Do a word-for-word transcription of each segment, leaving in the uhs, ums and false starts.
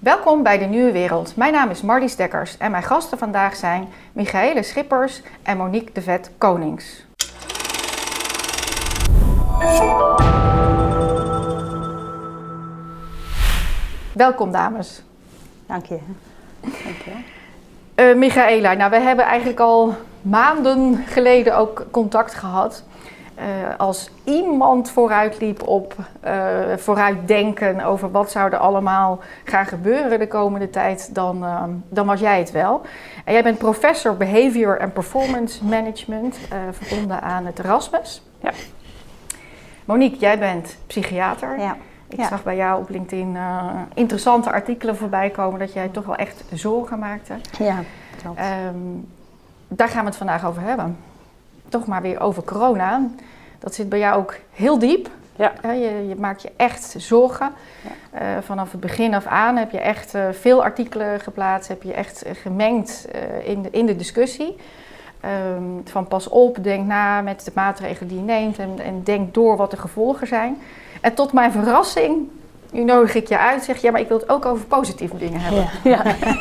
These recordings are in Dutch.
Welkom bij De Nieuwe Wereld. Mijn naam is Marlies Dekkers en mijn gasten vandaag zijn Michaële Schippers en Monique de Vet Konings. Welkom dames. Dank je. Dank je. Uh, Michaëla, nou we hebben eigenlijk al maanden geleden ook contact gehad. Uh, als iemand vooruitliep op uh, vooruitdenken over wat zou er allemaal gaan gebeuren de komende tijd, dan, uh, dan was jij het wel. En jij bent professor Behavior and Performance Management, uh, verbonden aan het Erasmus. Ja. Monique, jij bent psychiater. Ja. Ik ja. zag bij jou op LinkedIn uh, interessante artikelen voorbij komen dat jij toch wel echt zorgen maakte. Ja, klopt. Um, daar gaan we het vandaag over hebben. Toch maar weer over corona. Dat zit bij jou ook heel diep. Ja. Ja, je, je maakt je echt zorgen. Ja. Uh, vanaf het begin af aan heb je echt uh, veel artikelen geplaatst. Heb je echt uh, gemengd uh, in, de, in de discussie. Um, van pas op, denk na met de maatregelen die je neemt. En, en denk door wat de gevolgen zijn. En tot mijn verrassing, nu nodig ik je uit, zeg je, ja, maar ik wil het ook over positieve dingen hebben. Ja.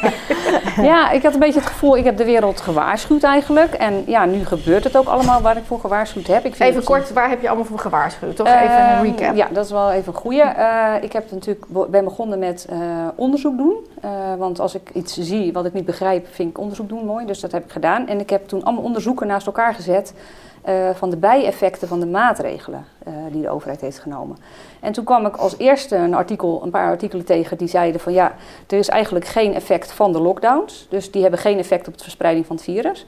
Ja. Ja, ik had een beetje het gevoel, ik heb de wereld gewaarschuwd eigenlijk. En ja, nu gebeurt het ook allemaal waar ik voor gewaarschuwd heb. Ik vind even kort, waar heb je allemaal voor gewaarschuwd? Toch uh, even een recap. Ja, dat is wel even een goeie. Uh, ik heb natuurlijk, ben begonnen met uh, onderzoek doen. Uh, want als ik iets zie wat ik niet begrijp, vind ik onderzoek doen mooi. Dus dat heb ik gedaan. En ik heb toen allemaal onderzoeken naast elkaar gezet. Uh, van de bijeffecten van de maatregelen uh, die de overheid heeft genomen. En toen kwam ik als eerste een, artikel, een paar artikelen tegen die zeiden van ja, er is eigenlijk geen effect van de lockdowns. Dus die hebben geen effect op de verspreiding van het virus.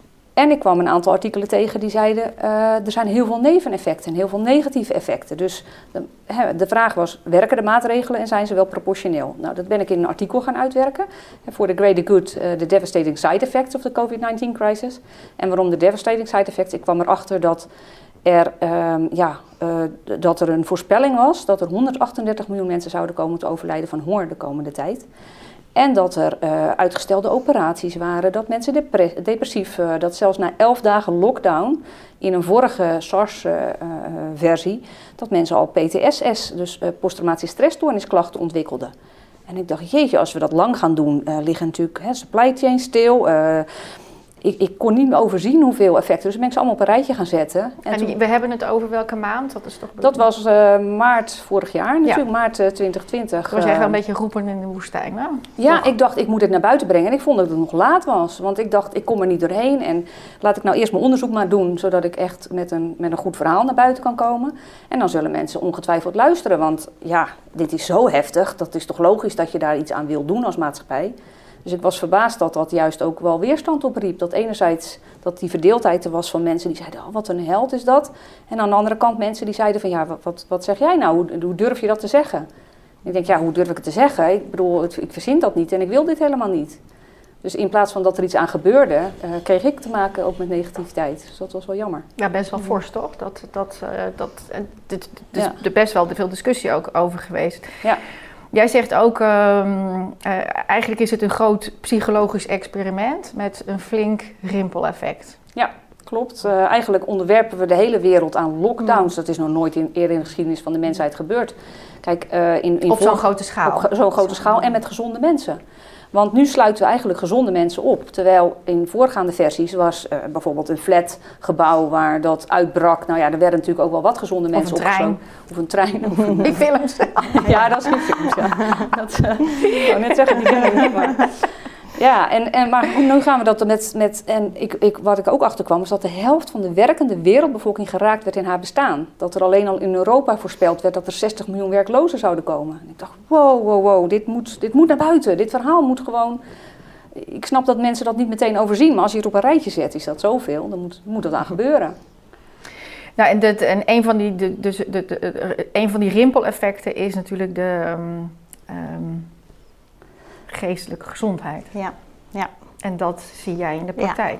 En ik kwam een aantal artikelen tegen die zeiden uh, er zijn heel veel neveneffecten en heel veel negatieve effecten. Dus de, he, de vraag was, werken de maatregelen en zijn ze wel proportioneel? Nou, dat ben ik in een artikel gaan uitwerken. Voor The Greater Good, uh, The Devastating Side Effects of the covid nineteen crisis. En waarom de devastating side effects? Ik kwam erachter dat er, um, ja, uh, dat er een voorspelling was dat er honderdachtendertig miljoen mensen zouden komen te overlijden van honger de komende tijd. En dat er uh, uitgestelde operaties waren, dat mensen depre- depressief, uh, dat zelfs na elf dagen lockdown in een vorige SARS-versie, uh, uh, dat mensen al P T S S, dus uh, posttraumatische stressstoornisklachten ontwikkelden. En ik dacht, jeetje, als we dat lang gaan doen, uh, liggen natuurlijk hè, supply chain stil. Uh, Ik, ik kon niet meer overzien hoeveel effecten, dus ben ik ze allemaal op een rijtje gaan zetten. En, en toen, we hebben het over welke maand? Dat, is toch dat was uh, maart vorig jaar, natuurlijk, ja. maart uh, twintig twintig. Dat was echt wel een beetje roepen in de woestijn, hè? Ja, toch? Ik dacht, ik moet het naar buiten brengen en ik vond dat het nog laat was. Want ik dacht, ik kom er niet doorheen en laat ik nou eerst mijn onderzoek maar doen, zodat ik echt met een, met een goed verhaal naar buiten kan komen. En dan zullen mensen ongetwijfeld luisteren, want ja, dit is zo heftig, dat is toch logisch dat je daar iets aan wil doen als maatschappij. Dus ik was verbaasd dat dat juist ook wel weerstand opriep. Dat enerzijds dat die verdeeldheid er was van mensen die zeiden, oh, wat een held is dat. En aan de andere kant mensen die zeiden van, ja, wat, wat, wat zeg jij nou? Hoe, hoe durf je dat te zeggen? En ik denk, ja, hoe durf ik het te zeggen? Ik bedoel, het, ik verzin dat niet en ik wil dit helemaal niet. Dus in plaats van dat er iets aan gebeurde, uh, kreeg ik te maken ook met negativiteit. Dus dat was wel jammer. Ja, best wel fors, toch? Dat, dat, uh, dat, uh, dit, dus ja. Er best wel veel discussie ook over geweest. Ja. Jij zegt ook, um, uh, eigenlijk is het een groot psychologisch experiment met een flink rimpeleffect. Ja, klopt. Uh, eigenlijk onderwerpen we de hele wereld aan lockdowns. Mm. Dat is nog nooit in, eerder in de geschiedenis van de mensheid gebeurd. Kijk, uh, in, in op zo'n grote schaal. Op zo'n grote schaal en met gezonde mensen. Want nu sluiten we eigenlijk gezonde mensen op. Terwijl in voorgaande versies was uh, bijvoorbeeld een flatgebouw waar dat uitbrak. Nou ja, er werden natuurlijk ook wel wat gezonde mensen opgesloten. Of een trein. Of een trein. Die films. Ja, dat is in films, ja. Dat, uh, ik wou net zeggen, die ken ik niet, maar... Ja, en, en, maar nu gaan we dat met... met en ik, ik, wat ik ook achterkwam, is dat de helft van de werkende wereldbevolking geraakt werd in haar bestaan. Dat er alleen al in Europa voorspeld werd dat er zestig miljoen werklozen zouden komen. En ik dacht, wow, wow, wow, dit moet, dit moet naar buiten. Dit verhaal moet gewoon... Ik snap dat mensen dat niet meteen overzien, maar als je het op een rijtje zet, is dat zoveel. Dan moet, moet dat aan gebeuren. Nou, en, dit, en een, van die, de, dus de, de, de, een van die rimpeleffecten is natuurlijk de... Um, um, geestelijke gezondheid. Ja, ja. En dat zie jij in de praktijk. Ja,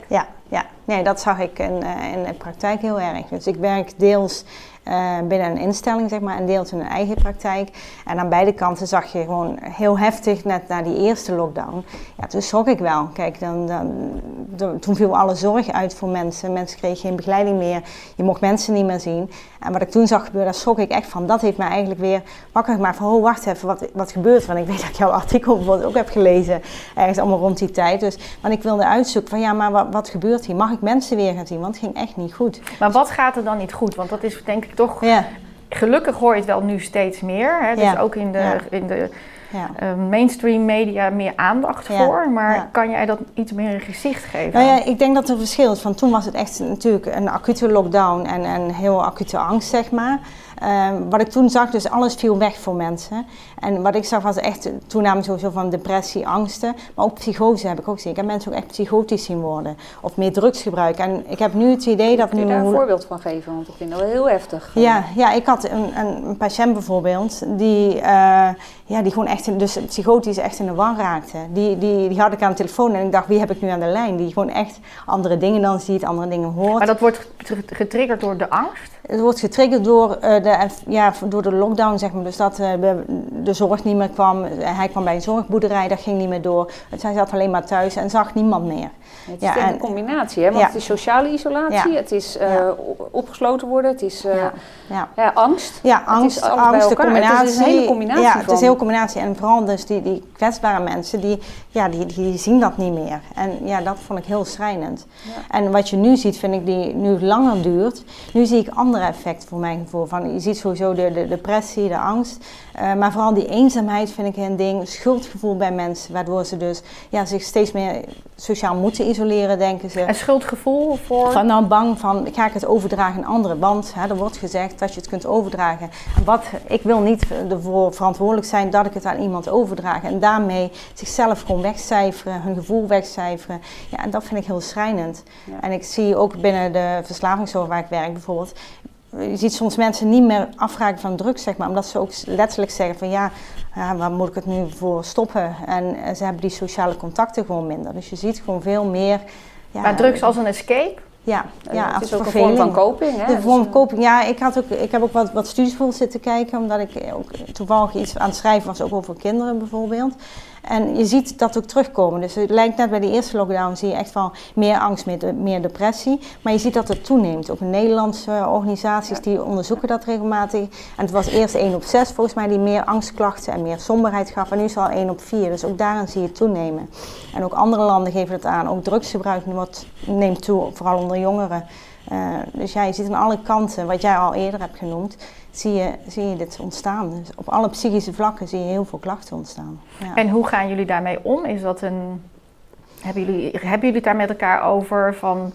ja. Nee, dat zag ik in, uh, in de praktijk heel erg. Dus ik werk deels uh, binnen een instelling, zeg maar, en deels in een eigen praktijk. En aan beide kanten zag je gewoon heel heftig, net na die eerste lockdown. Ja, toen schrok ik wel. Kijk, dan, dan, dan, toen viel alle zorg uit voor mensen. Mensen kregen geen begeleiding meer. Je mocht mensen niet meer zien. En wat ik toen zag gebeuren, daar schrok ik echt van. Dat heeft mij eigenlijk weer wakker gemaakt van, oh, wacht even, wat, wat gebeurt er? Want ik weet dat ik jouw artikel bijvoorbeeld ook heb gelezen, ergens allemaal rond die tijd. Dus, want ik wilde uitzoeken van, ja, maar wat, wat gebeurt hier? Mag ik mensen weer gaan zien? Want het ging echt niet goed. Maar wat gaat er dan niet goed? Want dat is denk ik toch, ja. gelukkig hoor je het wel nu steeds meer. Hè? Dus ja. ook in de, ja. in de ja. uh, mainstream media meer aandacht ja. voor. Maar ja. kan jij dat iets meer een gezicht geven? Nou ja, ik denk dat er verschil is. Van toen was het echt natuurlijk een acute lockdown en een heel acute angst, zeg maar. Uh, wat ik toen zag, dus alles viel weg voor mensen. En wat ik zag was echt toename sowieso van depressie, angsten. Maar ook psychose heb ik ook gezien. Ik heb mensen ook echt psychotisch zien worden. Of meer drugsgebruik. En ik heb nu het idee dat... Kun je nu, daar een voorbeeld van geven? Want ik vind dat wel heel heftig. Ja, ja ik had een, een, een patiënt bijvoorbeeld die, uh, ja, die gewoon echt, in, dus psychotisch echt in de war raakte. Die, die, die had ik aan de telefoon en ik dacht, wie heb ik nu aan de lijn? Die gewoon echt andere dingen dan ziet, andere dingen hoort. Maar dat wordt getriggerd door de angst? Het wordt getriggerd door, uh, de, ja, door de lockdown, zeg maar. Dus dat uh, de zorg niet meer kwam. Hij kwam bij een zorgboerderij, dat ging niet meer door. Hij zat alleen maar thuis en zag niemand meer. Het is ja, en, een combinatie, hè? Want ja. het is sociale isolatie, ja. het is uh, ja. opgesloten worden, het is uh, ja. Ja. Ja, angst. Ja, angst, het is angst de combinatie. Het is een hele combinatie Ja, van. het is een hele combinatie. En vooral dus die, die kwetsbare mensen, die, ja, die, die zien dat niet meer. En ja, dat vond ik heel schrijnend. Ja. En wat je nu ziet, vind ik, die nu langer duurt. Nu zie ik andere effecten voor mijn gevoel. Van, je ziet sowieso de, de depressie, de angst. Uh, maar vooral die eenzaamheid vind ik een ding. Schuldgevoel bij mensen, waardoor ze dus ja, zich steeds meer sociaal moeten isoleren, denken ze. En schuldgevoel voor? Van nou bang van, ga ik het overdragen aan anderen? Want hè, er wordt gezegd dat je het kunt overdragen. Wat, ik wil niet ervoor verantwoordelijk zijn dat ik het aan iemand overdraag. En daarmee zichzelf gewoon wegcijferen, hun gevoel wegcijferen. Ja, en dat vind ik heel schrijnend. Ja. En ik zie ook binnen de verslavingszorg waar ik werk bijvoorbeeld. Je ziet soms mensen niet meer afraken van drugs, zeg maar, omdat ze ook letterlijk zeggen van ja, ja, waar moet ik het nu voor stoppen? En uh, ze hebben die sociale contacten gewoon minder. Dus je ziet gewoon veel meer. Ja, maar drugs als een escape? Ja, ja, het is ook een vorm van coping, hè? De vorm van coping, ja. Ik, had ook, ik heb ook wat, wat studies voor zitten kijken, omdat ik ook toevallig iets aan het schrijven was, ook over kinderen bijvoorbeeld. En je ziet dat ook terugkomen. Dus het lijkt net bij de eerste lockdown, zie je echt wel meer angst, meer, de, meer depressie. Maar je ziet dat het toeneemt. Ook in Nederlandse organisaties ja. die onderzoeken dat regelmatig. En het was eerst één op zes volgens mij die meer angstklachten en meer somberheid gaf. En nu is het al één op vier. Dus ook daarin zie je het toenemen. En ook andere landen geven het aan. Ook drugsgebruik wordt, neemt toe, vooral onder jongeren. Uh, dus ja, je ziet aan alle kanten, wat jij al eerder hebt genoemd, zie je, zie je dit ontstaan. Dus op alle psychische vlakken zie je heel veel klachten ontstaan. Ja. En hoe gaan jullie daarmee om? Is dat een, hebben, jullie, hebben jullie het daar met elkaar over van...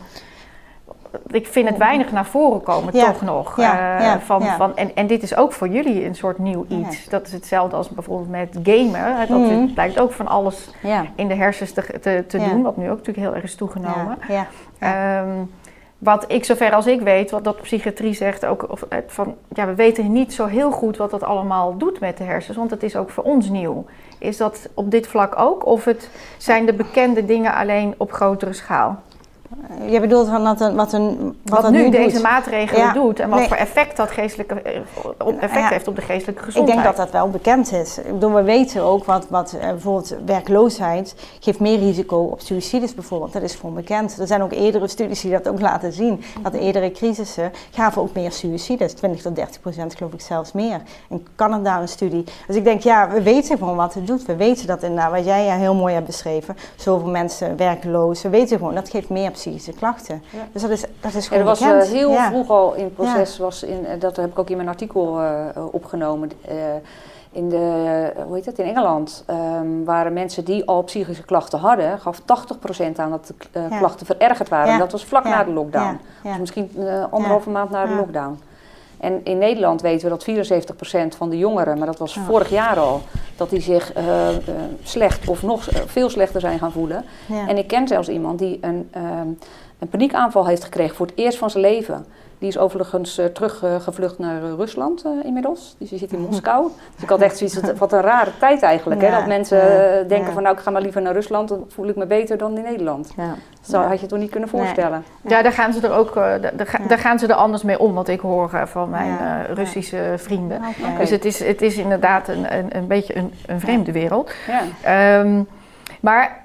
Ik vind het weinig naar voren komen, ja. toch nog. Ja, uh, ja, van, ja. Van, en, en dit is ook voor jullie een soort nieuw iets. Ja. Dat is hetzelfde als bijvoorbeeld met gamen. Dat mm-hmm. het blijkt ook van alles ja. in de hersens te, te, te ja. doen, wat nu ook natuurlijk heel erg is toegenomen. Ja. Ja. Um, wat ik, zover als ik weet, wat dat psychiatrie zegt, ook of, van, ja, we weten niet zo heel goed wat dat allemaal doet met de hersens, want het is ook voor ons nieuw. Is dat op dit vlak ook, of het zijn de bekende dingen alleen op grotere schaal? Je bedoelt van dat een, wat, een, wat, wat dat nu, nu deze doet. maatregelen ja, doet en wat nee. voor effect dat geestelijke effect ja, heeft op de geestelijke gezondheid. Ik denk dat dat wel bekend is. Ik bedoel, we weten ook wat, wat uh, bijvoorbeeld werkloosheid geeft meer risico op suïcides bijvoorbeeld. Dat is gewoon bekend. Er zijn ook eerdere studies die dat ook laten zien. Dat de eerdere crisissen gaven ook meer suïcides. twintig tot dertig procent geloof ik zelfs meer. In Canada een studie. Dus ik denk, ja, we weten gewoon wat het doet. We weten dat inderdaad, wat jij ja heel mooi hebt beschreven, zoveel mensen werkloos. We weten gewoon, dat geeft meer psychische klachten. Ja. Dus dat is, dat is gewoon ja, er was bekend. Uh, heel ja. vroeg al in het proces, ja. was in, dat heb ik ook in mijn artikel uh, opgenomen. Uh, in, de, uh, hoe heet dat? In Engeland um, waren mensen die al psychische klachten hadden, gaf tachtig procent aan dat de uh, ja. klachten verergerd waren. Ja. En dat was vlak ja. na de lockdown. Ja. Ja. Dus misschien uh, anderhalve ja. maand na de ja. lockdown. En in Nederland weten we dat vierenzeventig procent van de jongeren, maar dat was oh. vorig jaar al, dat die zich uh, uh, slecht of nog uh, veel slechter zijn gaan voelen. Ja. En ik ken zelfs iemand die een, um, een paniekaanval heeft gekregen voor het eerst van zijn leven. Die is overigens uh, teruggevlucht uh, naar uh, Rusland uh, inmiddels. Dus die zit in Moskou. Dus ik had echt zoiets, wat, wat een rare tijd eigenlijk. Ja, hè? Dat mensen uh, denken ja. van nou ik ga maar liever naar Rusland. Dan voel ik me beter dan in Nederland. Ja. Zo ja. had je het toch niet kunnen voorstellen. Nee. Ja, daar gaan ze er ook uh, daar, daar, ja. daar gaan ze er anders mee om. Wat ik hoor uh, van mijn ja. uh, Russische ja. vrienden. Okay. Dus het is, het is inderdaad een, een, een beetje een, een vreemde wereld. Ja. Um, maar...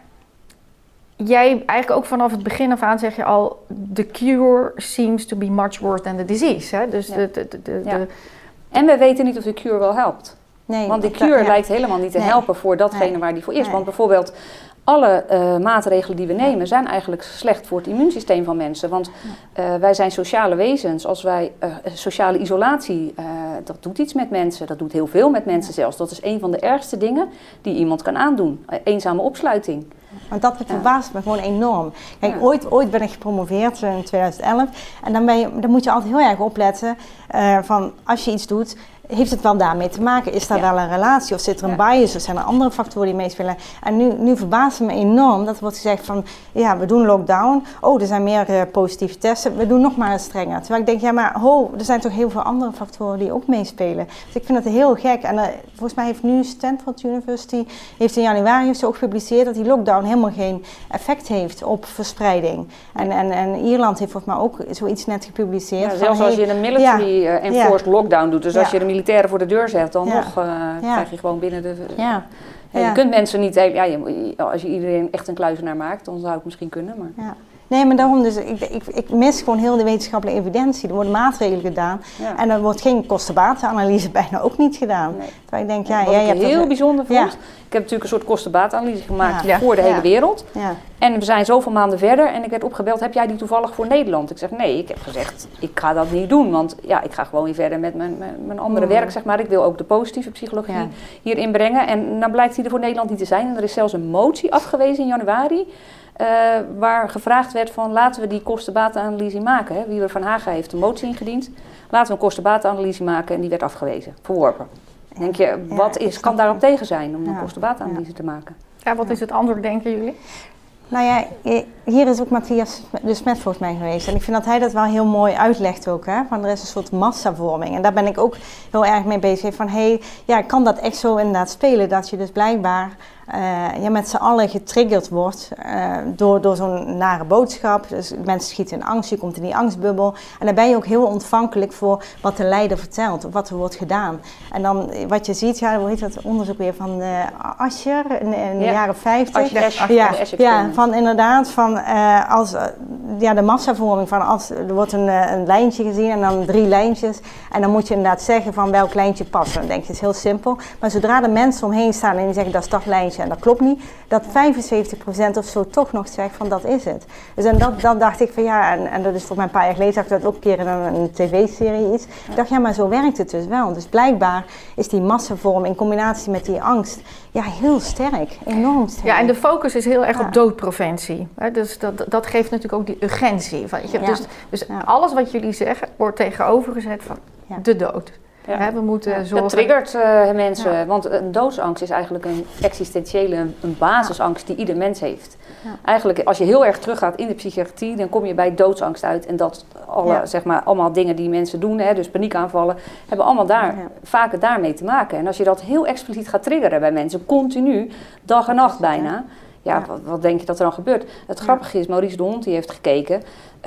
Jij eigenlijk ook vanaf het begin af aan zeg je al... the cure seems to be much worse than the disease. Hè? Dus ja. de, de, de, de, ja. En we weten niet of de cure wel helpt. Nee, Want de cure ja. lijkt helemaal niet te nee. helpen voor datgene nee. waar die voor is. Nee. Want bijvoorbeeld alle uh, maatregelen die we nemen... zijn eigenlijk slecht voor het immuunsysteem van mensen. Want uh, wij zijn sociale wezens. Als wij uh, sociale isolatie... Uh, dat doet iets met mensen. Dat doet heel veel met mensen zelfs. Dat is een van de ergste dingen die iemand kan aandoen. Uh, eenzame opsluiting. Want dat verbaast me gewoon enorm. Kijk, ja. ooit, ooit ben ik gepromoveerd in twintig elf. En dan, ben je, dan moet je altijd heel erg opletten uh, van als je iets doet... Heeft het wel daarmee te maken? Is daar ja. wel een relatie? Of zit er een ja. bias? Of zijn er andere factoren die meespelen? En nu, nu verbaast het me enorm dat er wordt gezegd van... Ja, we doen lockdown. Oh, er zijn meer uh, positieve testen. We doen nog maar eens strenger. Terwijl ik denk, ja maar ho, er zijn toch heel veel andere factoren die ook meespelen. Dus ik vind het heel gek. En uh, volgens mij heeft nu Stanford University... heeft in januari heeft ze ook gepubliceerd... dat die lockdown helemaal geen effect heeft op verspreiding. En, en, en Ierland heeft volgens mij ook zoiets net gepubliceerd. Ja, van, zelfs als je een military ja, uh, enforced ja. lockdown doet. Dus ja. als je de militairen voor de deur zet, dan ja. nog uh, ja. krijg je gewoon binnen de... Ja. Ja, je ja. kunt mensen niet... Ja, je, als je iedereen echt een kluizenaar maakt, dan zou het misschien kunnen, maar... Ja. Nee, maar daarom dus, ik, ik, ik mis gewoon heel de wetenschappelijke evidentie. Er worden maatregelen gedaan ja. en er wordt geen kosten-batenanalyse bijna ook niet gedaan. Nee. Terwijl ik denk, ja, Wat jij ik hebt heel dat, bijzonder vond, ja. ik heb natuurlijk een soort kosten-batenanalyse gemaakt ja. voor de ja. hele wereld. Ja. En we zijn zoveel maanden verder en ik werd opgebeld, heb jij die toevallig voor Nederland? Ik zeg, nee, ik heb gezegd, ik ga dat niet doen, want ja, ik ga gewoon weer verder met mijn, mijn, mijn andere mm. werk, zeg maar. Ik wil ook de positieve psychologie ja. hier inbrengen en dan blijkt die er voor Nederland niet te zijn. En er is zelfs een motie afgewezen in januari. Uh, waar gevraagd werd van laten we die kosten-batenanalyse maken. Hè. Wieler van Haga heeft een motie ingediend. Laten we een kosten-batenanalyse maken en die werd afgewezen, verworpen. Dan denk je, wat is, kan daarop tegen zijn om een ja. kosten-batenanalyse ja. te maken? Ja, wat is het antwoord, denken jullie? Nou ja, hier is ook Matthias de Smet volgens mij geweest. En ik vind dat hij dat wel heel mooi uitlegt ook. Hè? Van er is een soort massavorming. En daar ben ik ook heel erg mee bezig. Van hé, hey, ja, kan dat echt zo inderdaad spelen? Dat je dus blijkbaar uh, ja, met z'n allen getriggerd wordt uh, door, door zo'n nare boodschap. Dus mensen schieten in angst, je komt in die angstbubbel. En dan ben je ook heel ontvankelijk voor wat de leider vertelt. Of wat er wordt gedaan. En dan wat je ziet, ja, hoe heet dat onderzoek weer van uh, Ascher in, in de ja. jaren vijftig. Ascher, Ascher, ja, Ascher, ja, van inderdaad van uh, als uh, ja, de massavorming van als er wordt een, uh, een lijntje gezien en dan drie lijntjes en dan moet je inderdaad zeggen van welk lijntje past. Dan denk je, het is heel simpel. Maar zodra er mensen omheen staan en die zeggen dat is dat lijntje en dat klopt niet, dat vijfenzeventig procent of zo toch nog zegt van dat is het. Dus en dat, dat dacht ik van ja, en, en dat is voor mij een paar jaar geleden, zag ik dat ook een keer in een, een tv-serie iets. Ik dacht ja, maar zo werkt het dus wel. Dus blijkbaar is die massavorming in combinatie met die angst ja, heel sterk, enorm sterk. Ja, en de focus is heel erg ja. op doodpreventie. Hè? Dus dat, dat geeft natuurlijk ook die urgentie. Weet je? Ja. Dus, dus ja. alles wat jullie zeggen wordt tegenovergezet van ja. de dood. Ja. Hè, we moeten ja. zorgen... Dat triggert uh, mensen, ja. want een doodsangst is eigenlijk een existentiële, een basisangst die ieder mens heeft. Ja. Eigenlijk, als je heel erg teruggaat in de psychiatrie, dan kom je bij doodsangst uit. En dat alle, ja. zeg maar, allemaal dingen die mensen doen, hè, dus paniekaanvallen, hebben allemaal daar, ja. vaker daarmee te maken. En als je dat heel expliciet gaat triggeren bij mensen, continu, dag en nacht bijna, ja, ja. Wat, wat denk je dat er dan gebeurt? Het grappige is, Maurice de Hond die heeft gekeken,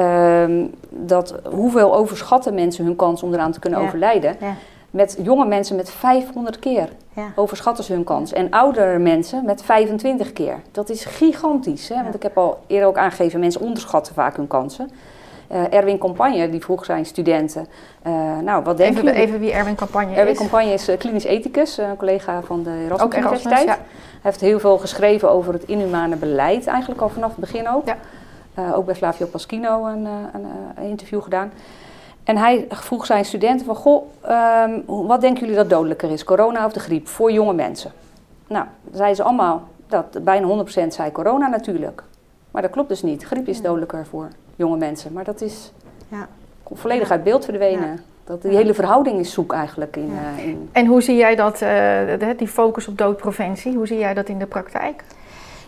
um, dat hoeveel overschatten mensen hun kans om eraan te kunnen ja. overlijden. Ja. Met jonge mensen met vijfhonderd keer ja. overschatten ze hun kans. En oudere mensen met vijfentwintig keer. Dat is gigantisch. Hè? Ja. Want ik heb al eerder ook aangegeven, mensen onderschatten vaak hun kansen. Uh, Erwin Campagne, die vroeg zijn studenten. Uh, nou, wat denken jullie? Even wie Erwin Campagne Erwin is. Campagne is uh, klinisch ethicus, uh, een collega van de Erasmus Universiteit. Ja. Hij heeft heel veel geschreven over het inhumane beleid, eigenlijk al vanaf het begin ook. Ja. Uh, ook bij Flavio Paschino een, een, een interview gedaan. En hij vroeg zijn studenten van, goh, um, wat denken jullie dat dodelijker is, corona of de griep, voor jonge mensen? Nou, zeiden ze allemaal, dat bijna honderd procent zei corona natuurlijk. Maar dat klopt dus niet. Griep is dodelijker voor jonge mensen. Maar dat is ja. volledig uit beeld verdwenen. Ja. Dat, die hele verhouding is zoek eigenlijk. In, ja. uh, in... En hoe zie jij dat, uh, die focus op doodpreventie, hoe zie jij dat in de praktijk?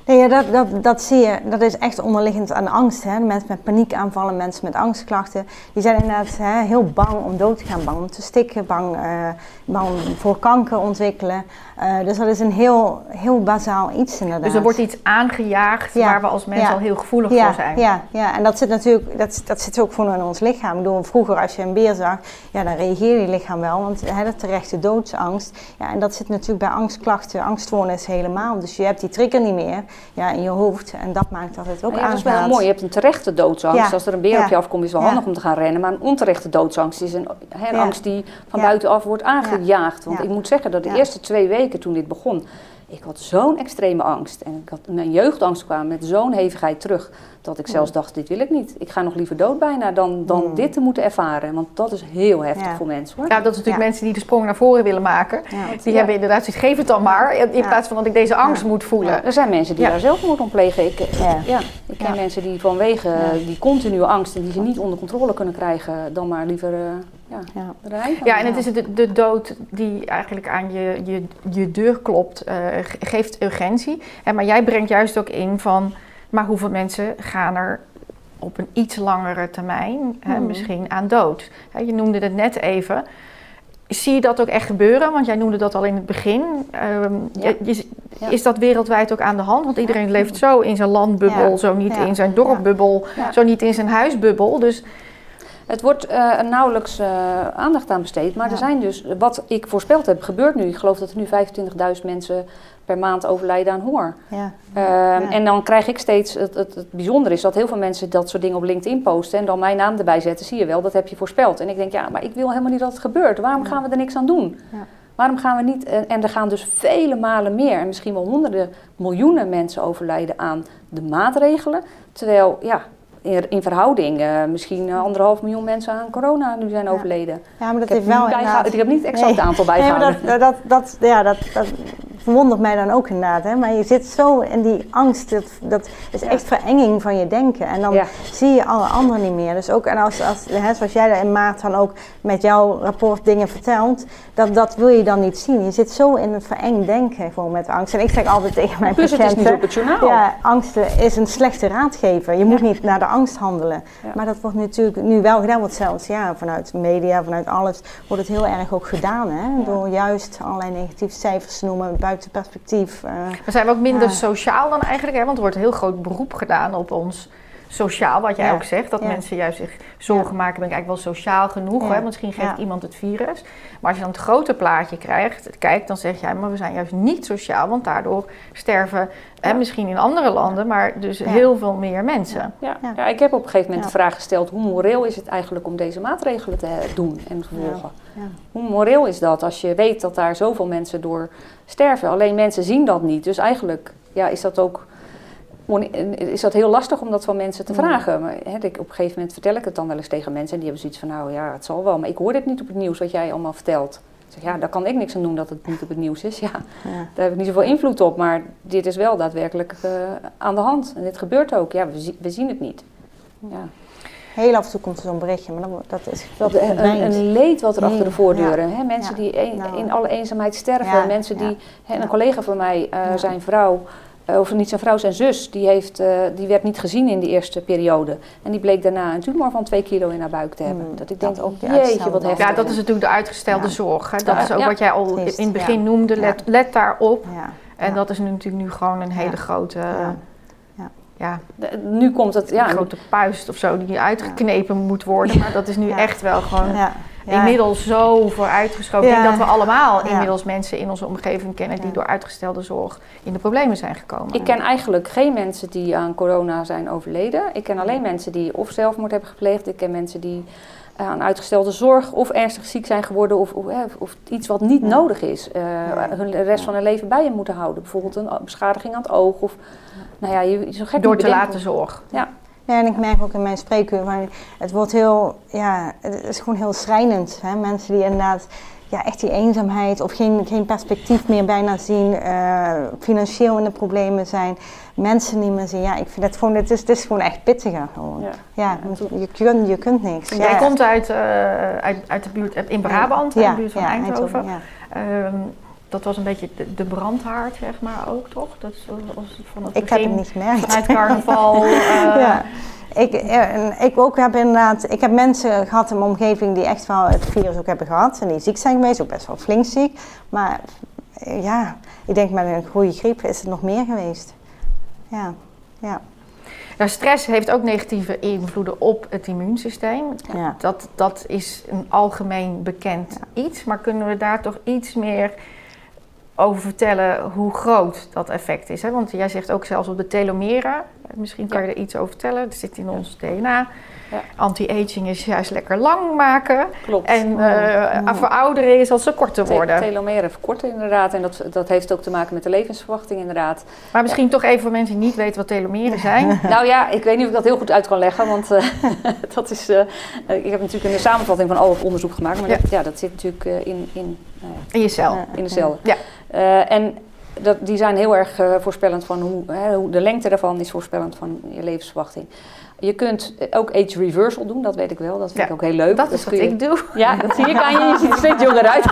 Nee, ja, dat, dat, dat zie je, dat is echt onderliggend aan angst. Hè. Mensen met paniekaanvallen, mensen met angstklachten, die zijn inderdaad hè, heel bang om dood te gaan, bang om te stikken, bang, uh, bang voor kanker ontwikkelen. Uh, dus dat is een heel, heel bazaal iets inderdaad. Dus er wordt iets aangejaagd ja. waar we als mensen ja. al heel gevoelig ja, voor zijn. Ja, ja, en dat zit natuurlijk, dat, dat zit ook gewoon in ons lichaam. Ik bedoel, vroeger als je een beer zag, ja, dan reageerde je lichaam wel, want hè, de terechte doodsangst. Ja, en dat zit natuurlijk bij angstklachten, angststoornis helemaal. Dus je hebt die trigger niet meer. Ja, in je hoofd. En dat maakt dat het ook ja, aangaat. Dat is wel mooi. Je hebt een terechte doodsangst. Ja. Als er een beer ja. op je afkomt is het wel handig ja. om te gaan rennen. Maar een onterechte doodsangst is een, een ja. angst die van ja. buitenaf wordt aangejaagd. Want ja. ik moet zeggen dat de ja. eerste twee weken toen dit begon, ik had zo'n extreme angst. En ik had, mijn jeugdangst kwam met zo'n hevigheid terug. Dat ik zelfs dacht, dit wil ik niet. Ik ga nog liever dood bijna dan, dan mm. dit te moeten ervaren. Want dat is heel heftig ja. voor mensen hoor. Ja, dat is natuurlijk ja. mensen die de sprong naar voren willen maken. Ja. Die ja. hebben inderdaad zoiets, geef het dan maar. In ja. plaats van dat ik deze angst ja. moet voelen. Ja. Er zijn mensen die ja. daar zelfmoord om plegen. Ik, ja. Ja, ik ken ja. mensen die vanwege ja. die continue angst en die ze niet onder controle kunnen krijgen, dan maar liever uh, ja, ja. rijden. Ja, en het is de, de dood die eigenlijk aan je, je, je deur klopt, uh, geeft urgentie. En, maar jij brengt juist ook in van, maar hoeveel mensen gaan er op een iets langere termijn hmm. hè, misschien aan dood? Hè, je noemde het net even. Zie je dat ook echt gebeuren? Want jij noemde dat al in het begin. Um, ja. je, ja. Is dat wereldwijd ook aan de hand? Want iedereen leeft zo in zijn landbubbel, ja. zo niet ja. in zijn dorpbubbel, ja. zo niet in zijn huisbubbel. Dus het wordt uh, nauwelijks uh, aandacht aan besteed, maar ja. er zijn dus, wat ik voorspeld heb, gebeurt nu. Ik geloof dat er nu vijfentwintigduizend mensen per maand overlijden aan honger. Ja. Uh, ja. En dan krijg ik steeds, het, het, het bijzondere is dat heel veel mensen dat soort dingen op LinkedIn posten en dan mijn naam erbij zetten, zie je wel, dat heb je voorspeld. En ik denk, ja, maar ik wil helemaal niet dat het gebeurt. Waarom ja. gaan we er niks aan doen? Ja. Waarom gaan we niet, en, en er gaan dus vele malen meer, en misschien wel honderden miljoenen mensen overlijden aan de maatregelen, terwijl, ja, In, in verhouding uh, misschien uh, anderhalf miljoen mensen aan corona nu zijn ja. overleden. Ja, maar dat ik, heeft wel bijgehouden, ik heb niet exact het nee. aantal bijgehouden. Nee, maar dat, dat, dat, ja, dat, dat verwondert mij dan ook inderdaad. Hè? Maar je zit zo in die angst, dat, dat is echt ja. verenging van je denken. En dan ja. zie je alle anderen niet meer. Dus ook, en als, als, hè, zoals jij in maart dan ook met jouw rapport dingen vertelt, dat, dat wil je dan niet zien. Je zit zo in het verengd denken gewoon met angst. En ik zeg altijd tegen mijn dus patiënten, het is niet op het journaal. Ja, angst is een slechte raadgever. Je ja. moet niet naar de angst handelen. Ja. Maar dat wordt natuurlijk nu wel gedaan, want zelfs ja, vanuit media, vanuit alles, wordt het heel erg ook gedaan. Hè? Ja. Door juist allerlei negatieve cijfers te noemen, buiten perspectief. Uh, maar zijn we ook minder ja. sociaal dan eigenlijk? Hè? Want er wordt een heel groot beroep gedaan op ons sociaal, wat jij ja. ook zegt. Dat ja. mensen juist zich zorgen ja. maken, ben ik eigenlijk wel sociaal genoeg. Ja. Hè? Misschien geeft ja. iemand het virus. Maar als je dan het grote plaatje krijgt, kijkt, dan zeg jij, maar we zijn juist niet sociaal. Want daardoor sterven, ja. hè, misschien in andere landen, maar dus ja. heel veel meer mensen. Ja. Ja. Ja, ik heb op een gegeven moment ja. de vraag gesteld, hoe moreel is het eigenlijk om deze maatregelen te doen en te volgen? Ja. Ja. Hoe moreel is dat als je weet dat daar zoveel mensen door sterven? Alleen mensen zien dat niet. Dus eigenlijk ja, is dat ook is dat heel lastig om dat van mensen te vragen. Maar, hè, op een gegeven moment vertel ik het dan wel eens tegen mensen en die hebben zoiets van, nou ja, het zal wel, maar ik hoor dit niet op het nieuws wat jij allemaal vertelt. Ik zeg, ja, daar kan ik niks aan doen dat het niet op het nieuws is. Ja, ja. Daar heb ik niet zoveel invloed op, maar dit is wel daadwerkelijk uh, aan de hand. En dit gebeurt ook. Ja, we, zi- we zien het niet. Ja. Heel af en toe komt er zo'n berichtje, maar dat is dat een, een, een leed wat er nee. achter de voordeuren. Ja. Hè? Mensen ja. die een, nou. in alle eenzaamheid sterven. Ja. Mensen die, ja. hè, een collega van mij, uh, ja. zijn vrouw, Uh, of niet zijn vrouw, zijn zus, die, heeft, uh, die werd niet gezien in de eerste periode. En die bleek daarna een tumor van twee kilo in haar buik te hebben. Mm, dat ik denk, ook jeetje, wat heftig. Ja, dat is natuurlijk de uitgestelde ja. zorg. Hè? Dat ja. is ook ja. wat jij al in het begin ja. noemde. Let, ja. let daarop. Ja. En ja. dat is nu natuurlijk nu gewoon een hele ja. grote... Ja. Ja. Ja, de, nu komt het... Ja, een grote puist of zo die uitgeknepen ja. moet worden. Maar dat is nu ja. echt wel gewoon... Ja. Ja. Inmiddels zo vooruitgeschoven. Ja. Ik denk dat we allemaal ja. inmiddels mensen in onze omgeving kennen die ja. door uitgestelde zorg in de problemen zijn gekomen. Ik ken eigenlijk geen mensen die aan corona zijn overleden. Ik ken alleen mensen die of zelfmoord hebben gepleegd. Ik ken mensen die uh, aan uitgestelde zorg of ernstig ziek zijn geworden of, of, of, of iets wat niet ja. nodig is. Uh, ja. hun de rest ja. van hun leven bij je moeten houden. Bijvoorbeeld een beschadiging aan het oog of nou ja, je, zo gek door te laten zorg. Ja. Ja, en ik merk ook in mijn spreekuur, maar het wordt heel, ja, het is gewoon heel schrijnend. Hè? Mensen die inderdaad, ja, echt die eenzaamheid of geen, geen perspectief meer bijna zien, uh, financieel in de problemen zijn, mensen niet meer zien. Ja, ik vind het gewoon, het is, het is gewoon echt pittiger gewoon. Ja, ja, ja je, kunt, je kunt niks. Jij ja. komt uit, uh, uit, uit de buurt, in Brabant, ja, in de buurt van ja, Eindhoven. Eindhoven ja. Um, dat was een beetje de, de brandhaard, zeg maar, ook, toch? Dat was van het ik heb het niet gemerkt. Vanuit carnaval. uh, ja. Ik, ik ook heb inderdaad, ik heb mensen gehad in mijn omgeving die echt wel het virus ook hebben gehad. En die ziek zijn geweest, ook best wel flink ziek. Maar ja, ik denk met een goede griep is het nog meer geweest. Ja, ja. Nou, stress heeft ook negatieve invloeden op het immuunsysteem. Ja. Dat, dat is een algemeen bekend ja. iets. Maar kunnen we daar toch iets meer over vertellen hoe groot dat effect is? Hè? Want jij zegt ook zelfs op de telomeren. Misschien kan ja. je er iets over vertellen. Dat zit in ons D N A. Ja. Anti-aging is juist lekker lang maken. Klopt. En uh, mm. verouderen is als ze korter worden. Te- telomeren verkorten inderdaad. En dat, dat heeft ook te maken met de levensverwachting inderdaad. Maar misschien ja. toch even voor mensen die niet weten wat telomeren zijn. Nou ja, ik weet niet of ik dat heel goed uit kan leggen. Want uh, dat is... Uh, ik heb natuurlijk een samenvatting van al het onderzoek gemaakt. Maar ja. Dat, ja, dat zit natuurlijk uh, in... In, uh, in je cel. Uh, in de cel. Ja. Uh, en dat, die zijn heel erg uh, voorspellend van hoe, hè, hoe... De lengte daarvan is voorspellend van je levensverwachting. Je kunt ook age reversal doen, dat weet ik wel. Dat vind ja, ik ook heel leuk. Dat is wat je... ik doe. Ja, dat zie je aan je. Je ziet er steeds jonger uit.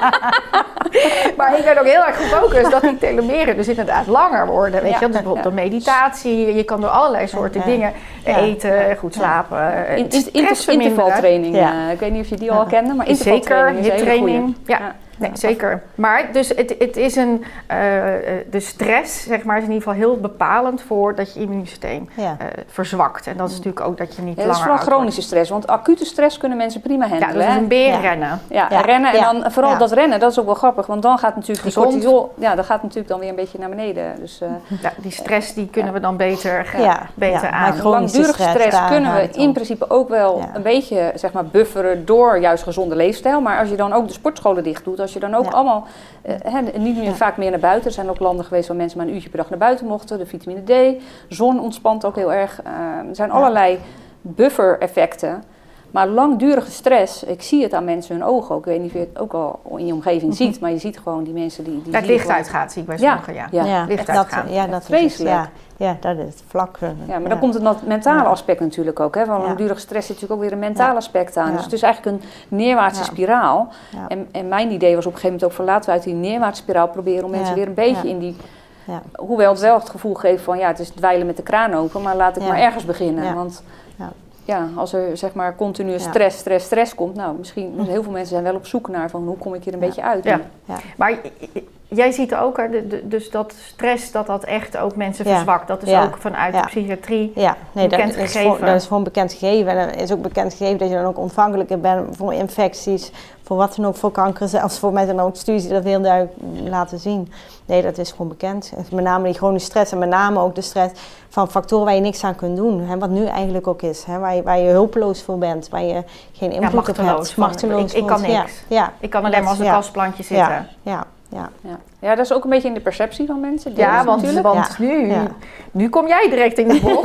Maar ik ben ook heel erg gefocust dat die telomeren dus inderdaad langer worden. Weet ja, je? Dus bijvoorbeeld ja. door meditatie. Je kan door allerlei soorten ja. dingen ja. eten, goed slapen. Ja. In, in, intervaltraining. Ja. Uh, ik weet niet of je die al kende, maar intervaltraining Zeker, is een hele goeie. Ja. Ja. Nee, zeker. Maar dus het, het is een, uh, de stress, zeg maar, is in ieder geval heel bepalend voor dat je immuunsysteem ja. uh, verzwakt. En dat is natuurlijk ook dat je niet ja, langer. Dat is vooral chronische stress, want acute stress kunnen mensen prima handelen. Ja, dat is een berenrennen. Ja, ja, ja, rennen en dan vooral ja. dat rennen, dat is ook wel grappig, want dan gaat natuurlijk die cortisol, ja, dat gaat natuurlijk dan weer een beetje naar beneden. Dus, uh, ja, die stress die kunnen we dan beter, uh, ja. beter ja, aan. Langdurige stress, stress kunnen we in principe ook wel ja. een beetje, zeg maar, bufferen door juist gezonde leefstijl. Maar als je dan ook de sportscholen dicht doet, als je dan ook ja. allemaal Uh, he, niet meer, ja. vaak meer naar buiten. Er zijn ook landen geweest waar mensen maar een uurtje per dag naar buiten mochten. De vitamine D, zon ontspant ook heel erg. Uh, er zijn ja. allerlei buffer-effecten. Maar langdurige stress, ik zie het aan mensen hun ogen ook. Ik weet niet of je het ook al in je omgeving mm-hmm. ziet. Maar je ziet gewoon die mensen die... die dat het licht gewoon... uitgaat, zie ik bij sommigen. Ja, ja. ja. licht dat, uitgaan. Ja, dat vreselijk. Ja. Ja, dat is vlak. Ja, maar ja. dan komt het mentale ja. aspect natuurlijk ook. Hè? Van ja. langdurige stress zit natuurlijk ook weer een mentaal ja. aspect aan. Ja. Dus het is eigenlijk een neerwaartse ja. spiraal. Ja. En, en mijn idee was op een gegeven moment ook van laten we uit die neerwaartse spiraal proberen om mensen ja. weer een beetje ja. in die... Ja. Hoewel het wel het gevoel geeft van ja, het is dweilen met de kraan open, maar laat ik ja. maar ergens beginnen. Ja. Want ja. ja, als er zeg maar continue stress, stress, stress komt, nou misschien, hm. heel veel mensen zijn wel op zoek naar van hoe kom ik hier een ja. beetje uit. Ja. Ja. Maar jij ziet ook, dus dat stress, dat dat echt ook mensen ja. verzwakt. Dat is ja. ook vanuit ja. de psychiatrie ja. nee, bekend dat gegeven. Is gewoon, dat is gewoon bekend gegeven. En er is ook bekend gegeven dat je dan ook ontvankelijker bent voor infecties, voor wat dan ook, voor kanker. Zelfs voor mij zijn ook studies die dat heel duidelijk laten zien. Nee, dat is gewoon bekend. Met name die chronische stress en met name ook de stress van factoren waar je niks aan kunt doen. Hè, wat nu eigenlijk ook is. Hè, waar, je, waar je hulpeloos voor bent, waar je geen invloed ja, op hebt. Machteloos. Ik, ik kan niks. Ja, ja. Ik kan alleen maar als een ja. kastplantje zitten. Ja, ja. Ja. Ja. ja, dat is ook een beetje in de perceptie van mensen. Ja, want, want ja. Nu, ja. nu kom jij direct in de bol.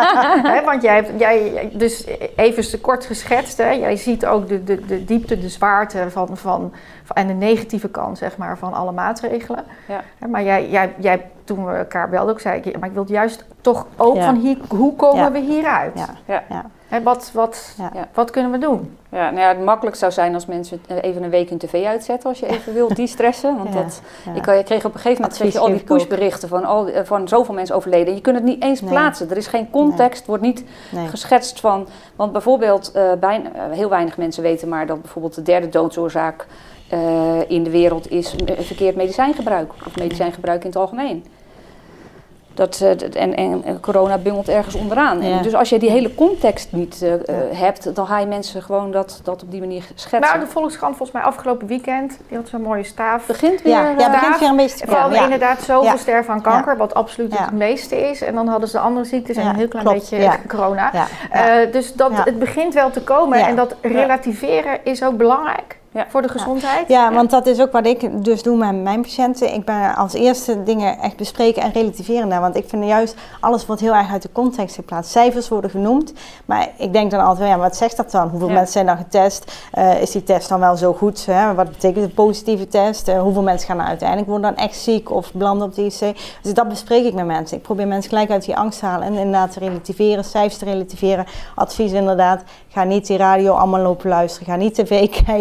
He, want jij hebt, jij, dus even kort geschetst, hè, jij ziet ook de, de, de diepte, de zwaarte van, van, van, en de negatieve kant, zeg maar, van alle maatregelen. Ja. He, maar jij, jij, jij, toen we elkaar belden, ook zei ik, maar ik wil juist toch ook ja. van hier, hoe komen ja. we hieruit? Ja. Ja. Ja. He, wat, wat, ja. wat kunnen we doen? Ja, nou ja, het makkelijk zou zijn als mensen even een week hun tv uitzetten als je even wilt die-stressen. Want ja, dat, ja. ik kreeg op een gegeven moment kreeg je al die pushberichten van, al, van zoveel mensen overleden. Je kunt het niet eens nee. plaatsen. Er is geen context, nee. wordt niet nee. geschetst van... Want bijvoorbeeld, uh, bijna, uh, heel weinig mensen weten maar dat bijvoorbeeld de derde doodsoorzaak uh, in de wereld is een verkeerd medicijngebruik. Of medicijngebruik in het algemeen. Dat, uh, en, en corona bungelt ergens onderaan. Ja. En dus als je die hele context niet uh, ja. hebt, dan ga je mensen gewoon dat, dat op die manier schetsen. Nou, de Volkskrant volgens mij afgelopen weekend, die had zo'n mooie staaf. Begint weer, ja, ja, begint weer een beetje van ja. inderdaad zoveel ja. sterven aan kanker, ja. wat absoluut ja. het meeste is. En dan hadden ze andere ziektes en ja. een heel klein Klopt. beetje ja. corona. Ja. Ja. Uh, dus dat, ja. het begint wel te komen ja. en dat relativeren is ook belangrijk. Ja. Voor de gezondheid? Ja, ja, want dat is ook wat ik dus doe met mijn patiënten. Ik ben als eerste dingen echt bespreken en relativeren daar. Want ik vind juist, alles wordt heel erg uit de context geplaatst. Cijfers worden genoemd, maar ik denk dan altijd, ja, wat zegt dat dan? Hoeveel ja. mensen zijn dan getest? Uh, is die test dan wel zo goed? Hè? Wat betekent een positieve test? Uh, hoeveel mensen gaan er uiteindelijk worden dan echt ziek of belanden op de I C? Dus dat bespreek ik met mensen. Ik probeer mensen gelijk uit die angst te halen en inderdaad te relativeren, cijfers te relativeren. Advies inderdaad, ga niet die radio allemaal lopen luisteren. Ga niet tv kijken.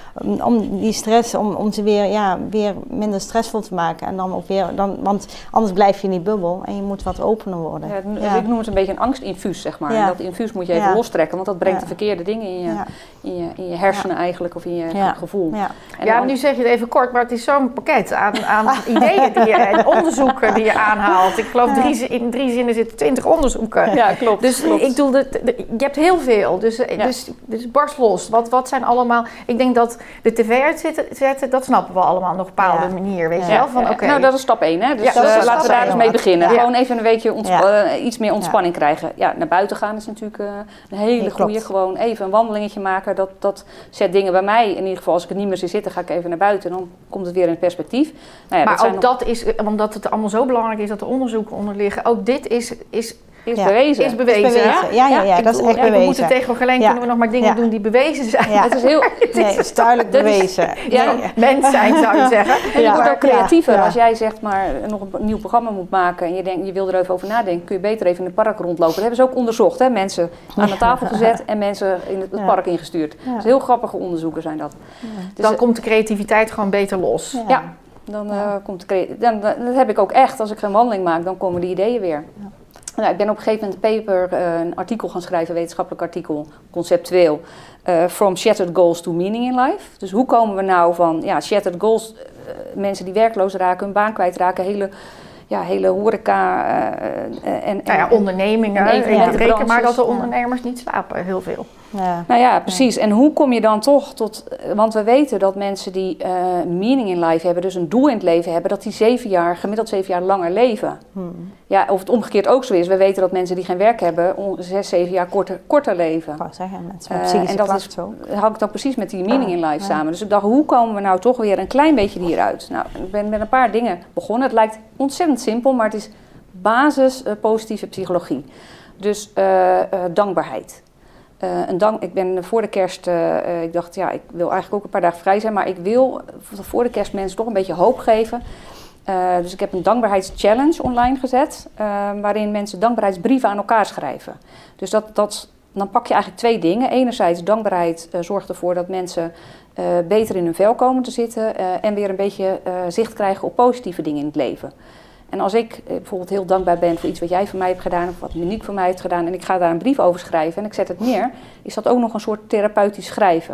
om, om die stress, om, om ze weer, ja, weer minder stressvol te maken. En dan ook weer, dan, want anders blijf je in die bubbel en je moet wat opener worden. Ja, Ja. Ik noem het een beetje een angstinfuus, zeg maar. Ja. En dat infuus moet je even Ja. lostrekken, want dat brengt Ja. de verkeerde dingen in je, Ja. in je, in je hersenen eigenlijk, of in je Ja. gevoel. Ja. En Ja, dan- nu zeg je het even kort, maar het is zo'n pakket aan, aan ideeën die je, en onderzoeken die je aanhaalt. Ik geloof drie, zi- in drie zinnen zitten twintig onderzoeken. Ja, klopt. Dus klopt. ik bedoel, de, de- je hebt heel veel. Dus, eh, Ja. dus, dus barst los. Wat, wat zijn allemaal... Ik denk dat de tv uitzetten, dat snappen we allemaal nog op een bepaalde Ja. manier. Weet je Ja. wel? Van, Ja, oké. Nou, dat is stap één. Hè? Dus Ja, dat is eh, stap laten we daar één. eens mee beginnen. Ja. Gewoon even een weekje ontsp- Ja. eh, iets meer ontspanning krijgen. Ja, naar buiten gaan is natuurlijk eh, een hele Ja, goede. klopt. Gewoon even een wandelingetje maken. Dat, dat zet dingen bij mij. In ieder geval, als ik er niet meer zie zitten, ga ik even naar buiten. Dan komt het weer in perspectief. Nou ja, Maar dat zijn ook nog- dat is, omdat het allemaal zo belangrijk is dat er onderzoeken onder liggen. Ook dit is, is, is Ja. bewezen. is bewezen. Is bewezen. hè? Ja, ja, ja, ik dat is bedoel, echt ja, We bewezen. moeten tegen Marjolein Ja. kunnen we nog maar dingen Ja. doen die bewezen zijn. Ja. Het is heel... Nee, het is duidelijk Dat is- bewezen. Ja, Nee. Mens zijn, zou je zeggen. En je Ja. wordt ook creatiever. Ja. Ja. Als jij zegt maar nog een nieuw programma moet maken en je, denkt, je wil er even over nadenken, kun je beter even in het park rondlopen. Dat hebben ze ook onderzocht. Hè? Mensen aan de tafel gezet en mensen in het, het Ja. park ingestuurd. Ja. Dus heel grappige onderzoeken zijn dat. Dus, Dan komt de creativiteit gewoon beter los. Ja. ja, dan, eh, Ja. komt de crea- dan, dan- dat heb ik ook echt. Als ik een wandeling maak, dan komen die ideeën weer. Nou, ik ben op een gegeven moment een paper, eh, een artikel gaan schrijven, een wetenschappelijk artikel, conceptueel. eh, From Shattered Goals to Meaning in Life. Dus hoe komen we nou van ja, shattered goals, eh, mensen die werkloos raken, hun baan kwijtraken, hele, ja, hele horeca eh, en, en, Nou ja, ondernemingen. en Ja, reken maar dat de ja. ondernemers niet slapen, heel veel. Ja. Nou ja, precies. En hoe kom je dan toch tot... Want we weten dat mensen die uh, meaning in life hebben, dus een doel in het leven hebben, dat die zeven jaar, gemiddeld zeven jaar langer leven. Hmm. Ja, of het omgekeerd ook zo is. We weten dat mensen die geen werk hebben, on- zes, zeven jaar korter, korter leven. Ik wou zeggen, mensen met Eh, psychische en dat klachten is, zo. hangt ook precies met die meaning in life Ja. samen. Dus ik dacht, hoe komen we nou toch weer een klein beetje hieruit? Nou, ik ben met een paar dingen begonnen. Het lijkt ontzettend simpel, maar het is basis uh, positieve psychologie. Dus uh, uh, dankbaarheid. Uh, een dank, ik ben voor de kerst, uh, uh, ik dacht, ja, ik wil eigenlijk ook een paar dagen vrij zijn, maar ik wil voor de kerst mensen toch een beetje hoop geven. Uh, dus ik heb een dankbaarheidschallenge online gezet, uh, waarin mensen dankbaarheidsbrieven aan elkaar schrijven. Dus dat, dat, dan pak je eigenlijk twee dingen. Enerzijds, dankbaarheid uh, zorgt ervoor dat mensen uh, beter in hun vel komen te zitten uh, en weer een beetje uh, zicht krijgen op positieve dingen in het leven. En als ik uh, bijvoorbeeld heel dankbaar ben voor iets wat jij voor mij hebt gedaan of wat Monique voor mij heeft gedaan en ik ga daar een brief over schrijven en ik zet het neer, is dat ook nog een soort therapeutisch schrijven.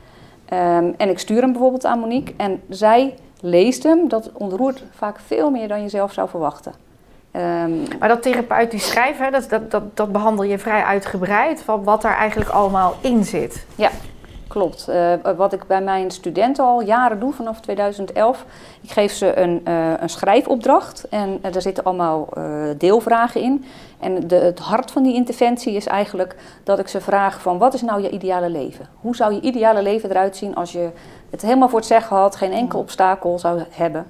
Um, en ik stuur hem bijvoorbeeld aan Monique en zij leest hem. Dat ontroert vaak veel meer dan je zelf zou verwachten. Um, Maar dat therapeutisch schrijven, dat, dat, dat, dat behandel je vrij uitgebreid, van wat er eigenlijk allemaal in zit. Ja, klopt. Uh, wat ik bij mijn studenten al jaren doe, vanaf tweeduizend elf. Ik geef ze een, uh, een schrijfopdracht en uh, daar zitten allemaal uh, deelvragen in. En de, het hart van die interventie is eigenlijk dat ik ze vraag van wat is nou je ideale leven? Hoe zou je ideale leven eruit zien als je het helemaal voor het zeggen had, geen enkel obstakel zou hebben?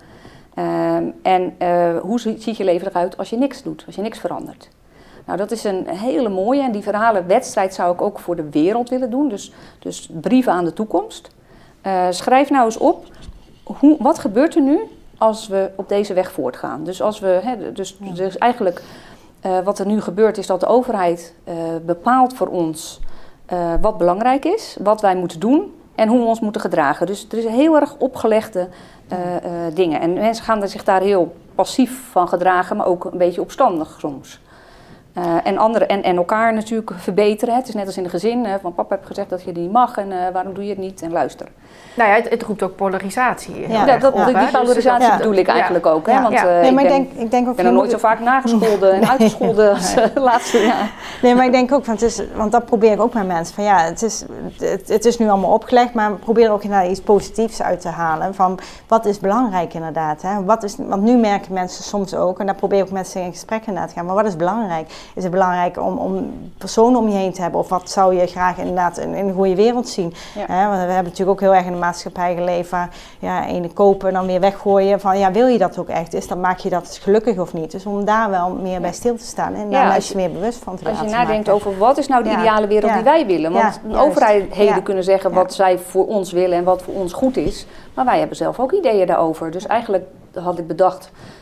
Um, en uh, hoe ziet je leven eruit als je niks doet, als je niks verandert? Nou, dat is een hele mooie en die verhalenwedstrijd zou ik ook voor de wereld willen doen. Dus, dus brieven aan de toekomst. Uh, schrijf nou eens op, hoe, wat gebeurt er nu als we op deze weg voortgaan? Dus, als we, hè, dus, dus eigenlijk uh, wat er nu gebeurt is dat de overheid uh, bepaalt voor ons uh, wat belangrijk is, wat wij moeten doen en hoe we ons moeten gedragen. Dus er is heel erg opgelegde uh, uh, dingen. En mensen gaan zich daar heel passief van gedragen, maar ook een beetje opstandig soms. Uh, en, andere, en, en elkaar natuurlijk verbeteren. Het is net als in een gezin. Uh, van papa heeft gezegd dat je die mag en uh, waarom doe je het niet? En luister. Nou ja, het, het roept ook polarisatie. Ja, dat, dat, op, die hè? polarisatie ja. bedoel ik eigenlijk ja. ook. Hè? Ja. Want, Ja. uh, Nee, ik maar ben, ik denk, ik denk ook... ben nog je nooit moet- zo vaak nagescholden en uitgescholden als uh, laatste jaar. Nee, maar ik denk ook, van het is, want dat probeer ik ook met mensen. Van ja, het is, het, het is nu allemaal opgelegd, maar we proberen ook inderdaad iets positiefs uit te halen. Van wat is belangrijk inderdaad? Hè? Wat is, want nu merken mensen soms ook, en daar probeer ik ook mensen in gesprek inderdaad te gaan. Maar wat is belangrijk? Is het belangrijk om, om personen om je heen te hebben? Of wat zou je graag inderdaad in, in een goede wereld zien? Ja. Hè? Want we hebben natuurlijk ook heel erg in de maatschappij geleefd waar ja, ene kopen en dan weer weggooien. Van ja, wil je dat ook echt? Is dan maak je dat gelukkig of niet? Dus om daar wel meer Ja. bij stil te staan en Ja, daar als mensen je- meer bewust van te Als je laten nadenkt maken. over wat is nou de Ja. ideale wereld Ja. die wij willen. Want Ja, de juist. overheden Ja. kunnen zeggen Ja. wat zij voor ons willen en wat voor ons goed is. Maar wij hebben zelf ook ideeën daarover. Dus eigenlijk had ik bedacht,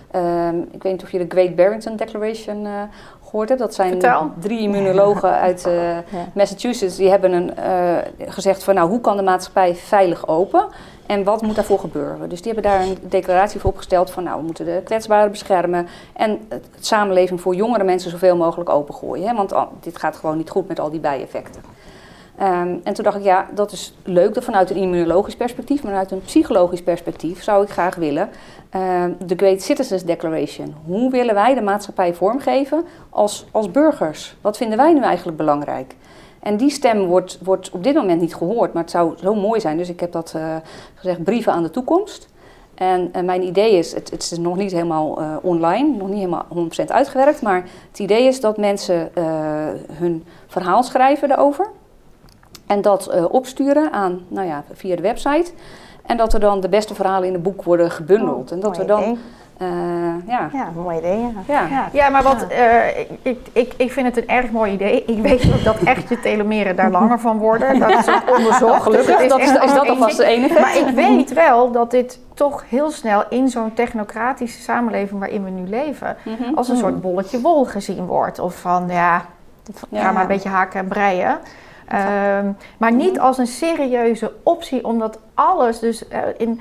Um, ik weet niet of je de Great Barrington Declaration uh, gehoord hebt. Dat zijn Vertel. drie immunologen uit uh, ja. Massachusetts. Die hebben een, uh, gezegd van nou, hoe kan de maatschappij veilig open? En wat moet daarvoor gebeuren? Dus die hebben daar een declaratie voor opgesteld van nou, we moeten de kwetsbaren beschermen en het, het samenleving voor jongere mensen zoveel mogelijk opengooien. Hè? Want oh, dit gaat gewoon niet goed met al die bijeffecten. Um, en toen dacht ik, ja, dat is leuk dat vanuit een immunologisch perspectief, maar vanuit een psychologisch perspectief zou ik graag willen uh, de Great Citizens Declaration. Hoe willen wij de maatschappij vormgeven als, als burgers? Wat vinden wij nu eigenlijk belangrijk? En die stem wordt, wordt op dit moment niet gehoord, maar het zou zo mooi zijn. Dus ik heb dat uh, gezegd, brieven aan de toekomst. En uh, mijn idee is, het, het is nog niet helemaal uh, online, nog niet helemaal honderd procent uitgewerkt, maar het idee is dat mensen uh, hun verhaal schrijven daarover. En dat uh, opsturen aan, nou ja, via de website. En dat er dan de beste verhalen in het boek worden gebundeld. Oh, en dat we dan... Uh, ja. ja, een mooi idee. Ja, ja. ja. ja maar wat, uh, ik, ik, ik vind het een erg mooi idee. Ik weet ook dat echt je telomeren daar langer van worden. Dat is ook onderzocht. Gelukkig, dus is, dat is, is dat alvast de enige. Maar ik weet wel dat dit toch heel snel in zo'n technocratische samenleving waarin we nu leven, mm-hmm. als een soort bolletje wol gezien wordt. Of van, ja, ja. ga maar een beetje haken en breien. Um, maar niet als een serieuze optie, omdat alles dus uh, in,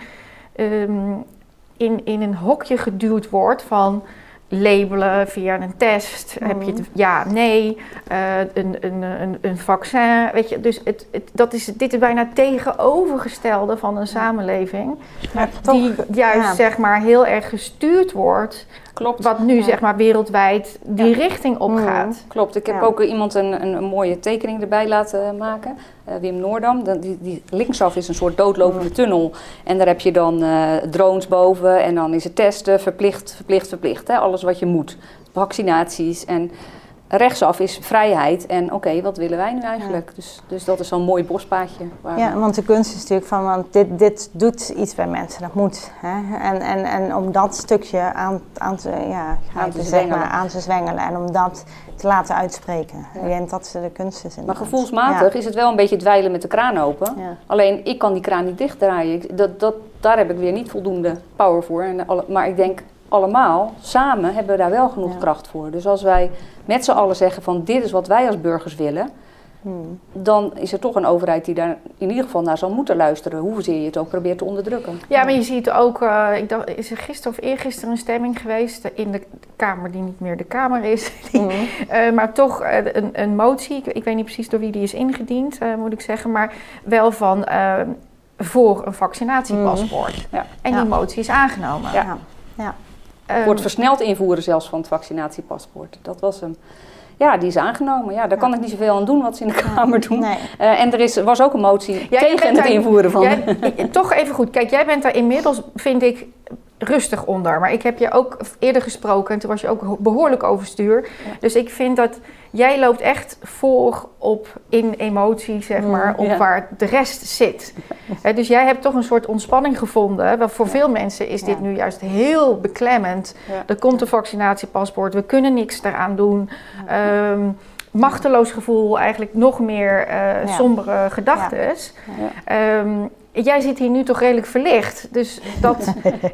um, in, in een hokje geduwd wordt van labelen via een test. Mm. Heb je het ja, nee, uh, een, een, een, een vaccin, weet je. Dus het, het, dat is, dit is bijna tegenovergestelde van een samenleving maar die toch, juist ja. zeg maar heel erg gestuurd wordt. Klopt. Wat nu ja. zeg maar wereldwijd die ja. richting opgaat. Mm. Klopt. Ik heb ja. ook iemand een, een, een mooie tekening erbij laten maken. Uh, Wim Noordam. Die, die linksaf is een soort doodlopende mm. tunnel. En daar heb je dan uh, drones boven. En dan is het testen verplicht, verplicht, verplicht. Hè? Alles wat je moet. Vaccinaties. En rechtsaf is vrijheid. En oké, okay, wat willen wij nu eigenlijk? Ja. Dus, dus dat is zo'n mooi bospaadje. Waar ja, we... want de kunst is natuurlijk van, want dit, dit doet iets bij mensen, dat moet. Hè? En, en, en om dat stukje aan, aan, te, ja, aan, te, zeg maar, aan te zwengelen en om dat te laten uitspreken. Ja. Ik denk dat de kunst is. Maar gevoelsmatig ja. is het wel een beetje dweilen met de kraan open. Ja. Alleen, ik kan die kraan niet dichtdraaien. Ik, dat, dat, daar heb ik weer niet voldoende power voor. En alle, maar ik denk, allemaal, samen hebben we daar wel genoeg ja. kracht voor. Dus als wij met z'n allen zeggen van dit is wat wij als burgers willen, hmm. dan is er toch een overheid die daar in ieder geval naar zal moeten luisteren, hoezeer je het ook probeert te onderdrukken. Ja, maar je ziet ook, uh, ik dacht, is er gisteren of eergisteren een stemming geweest in de Kamer die niet meer de Kamer is, die, hmm. uh, maar toch uh, een, een motie, ik, ik weet niet precies door wie die is ingediend, uh, moet ik zeggen, maar wel van uh, voor een vaccinatiepaspoort. Hmm. Ja. En die ja. motie is aangenomen. Ja. Ja. Ja. Um, wordt versneld invoeren zelfs van het vaccinatiepaspoort. Dat was hem. Ja, die is aangenomen. Ja, daar ja. kan ik niet zoveel aan doen wat ze in de Kamer doen. Nee. Uh, en er is, was ook een motie ja, tegen het daar, invoeren van... Jij, toch even goed. Kijk, jij bent daar inmiddels, vind ik, rustig onder. Maar ik heb je ook eerder gesproken en toen was je ook behoorlijk overstuur. Ja. Dus ik vind dat jij loopt echt voor op in emotie, zeg maar, op ja. waar de rest zit. He, dus jij hebt toch een soort ontspanning gevonden. Want voor ja. veel mensen is dit ja. nu juist heel beklemmend. Ja. Er komt een vaccinatiepaspoort, we kunnen niks eraan doen. Ja. Um, machteloos gevoel, eigenlijk nog meer uh, ja. sombere gedachtes. Ja. Ja. Um, Jij zit hier nu toch redelijk verlicht. Dus, dat,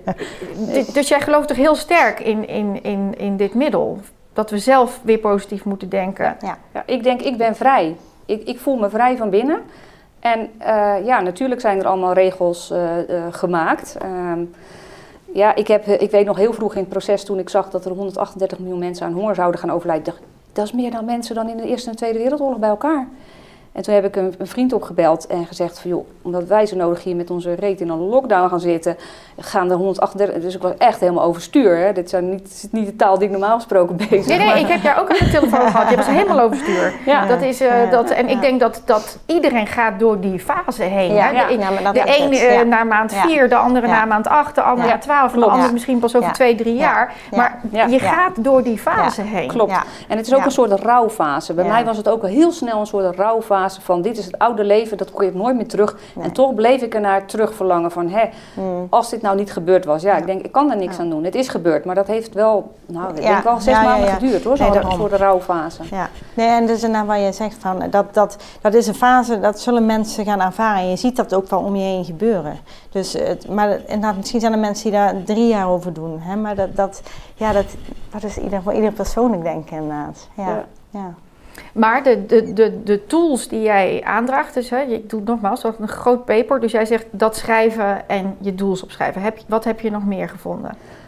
d- dus jij gelooft toch heel sterk in, in, in, in dit middel? Dat we zelf weer positief moeten denken. Ja, ja ik denk, ik ben vrij. Ik, ik voel me vrij van binnen. En uh, ja, natuurlijk zijn er allemaal regels uh, uh, gemaakt. Um, ja, ik, heb, ik weet nog heel vroeg in het proces toen ik zag dat er honderdachtendertig miljoen mensen aan honger zouden gaan overlijden. Dacht, dat is meer dan mensen dan in de Eerste en Tweede Wereldoorlog bij elkaar. En toen heb ik een, een vriend opgebeld en gezegd van joh, omdat wij zo nodig hier met onze reet in een lockdown gaan zitten, gaan er honderdachtendertig, dus ik was echt helemaal overstuur. Hè? Dit zijn niet, is niet de taal die ik normaal gesproken bezig. Nee, nee, maar. Ik heb jou ook aan de telefoon gehad. Je was helemaal overstuur. Ja. Dat is, uh, dat, en ja. ik denk dat, dat iedereen gaat door die fase heen. Ja, hè? ja. De, Ja, maar dat de een uh, ja. na maand vier, ja. de andere ja. na maand acht, de andere ja. na twaalf, en de andere ja. misschien pas over ja. twee, drie jaar. Ja. Maar ja. je ja. gaat door die fase ja. heen. Klopt. Ja. En het is ook ja. een soort rouwfase. Bij ja. mij was het ook heel snel een soort rouwfase. rouwfase van dit is het oude leven, dat keert nooit meer terug. Nee. En toch bleef ik ernaar terug verlangen van, hè, Mm. als dit nou niet gebeurd was. Ja, Ja. ik denk, ik kan er niks Ja. aan doen. Het is gebeurd, maar dat heeft wel, nou, ik Ja. denk wel zes Ja, ja, maanden ja. geduurd hoor, zo Nee, een daarom. soort rouwfase. Ja, nee, en dus naar wat je zegt van dat, dat, dat is een fase, dat zullen mensen gaan ervaren. En je ziet dat ook wel om je heen gebeuren. Dus, het, maar inderdaad, misschien zijn er mensen die daar drie jaar over doen. Hè? Maar dat, dat, ja, dat, dat is ieder, voor ieder persoonlijk denk ik inderdaad. Ja, Ja. ja. Maar de, de, de, de tools die jij aandraagt, dus hè, ik doe het nogmaals, dat is een groot paper. Dus jij zegt dat schrijven en je doels opschrijven. Heb je, wat heb je nog meer gevonden?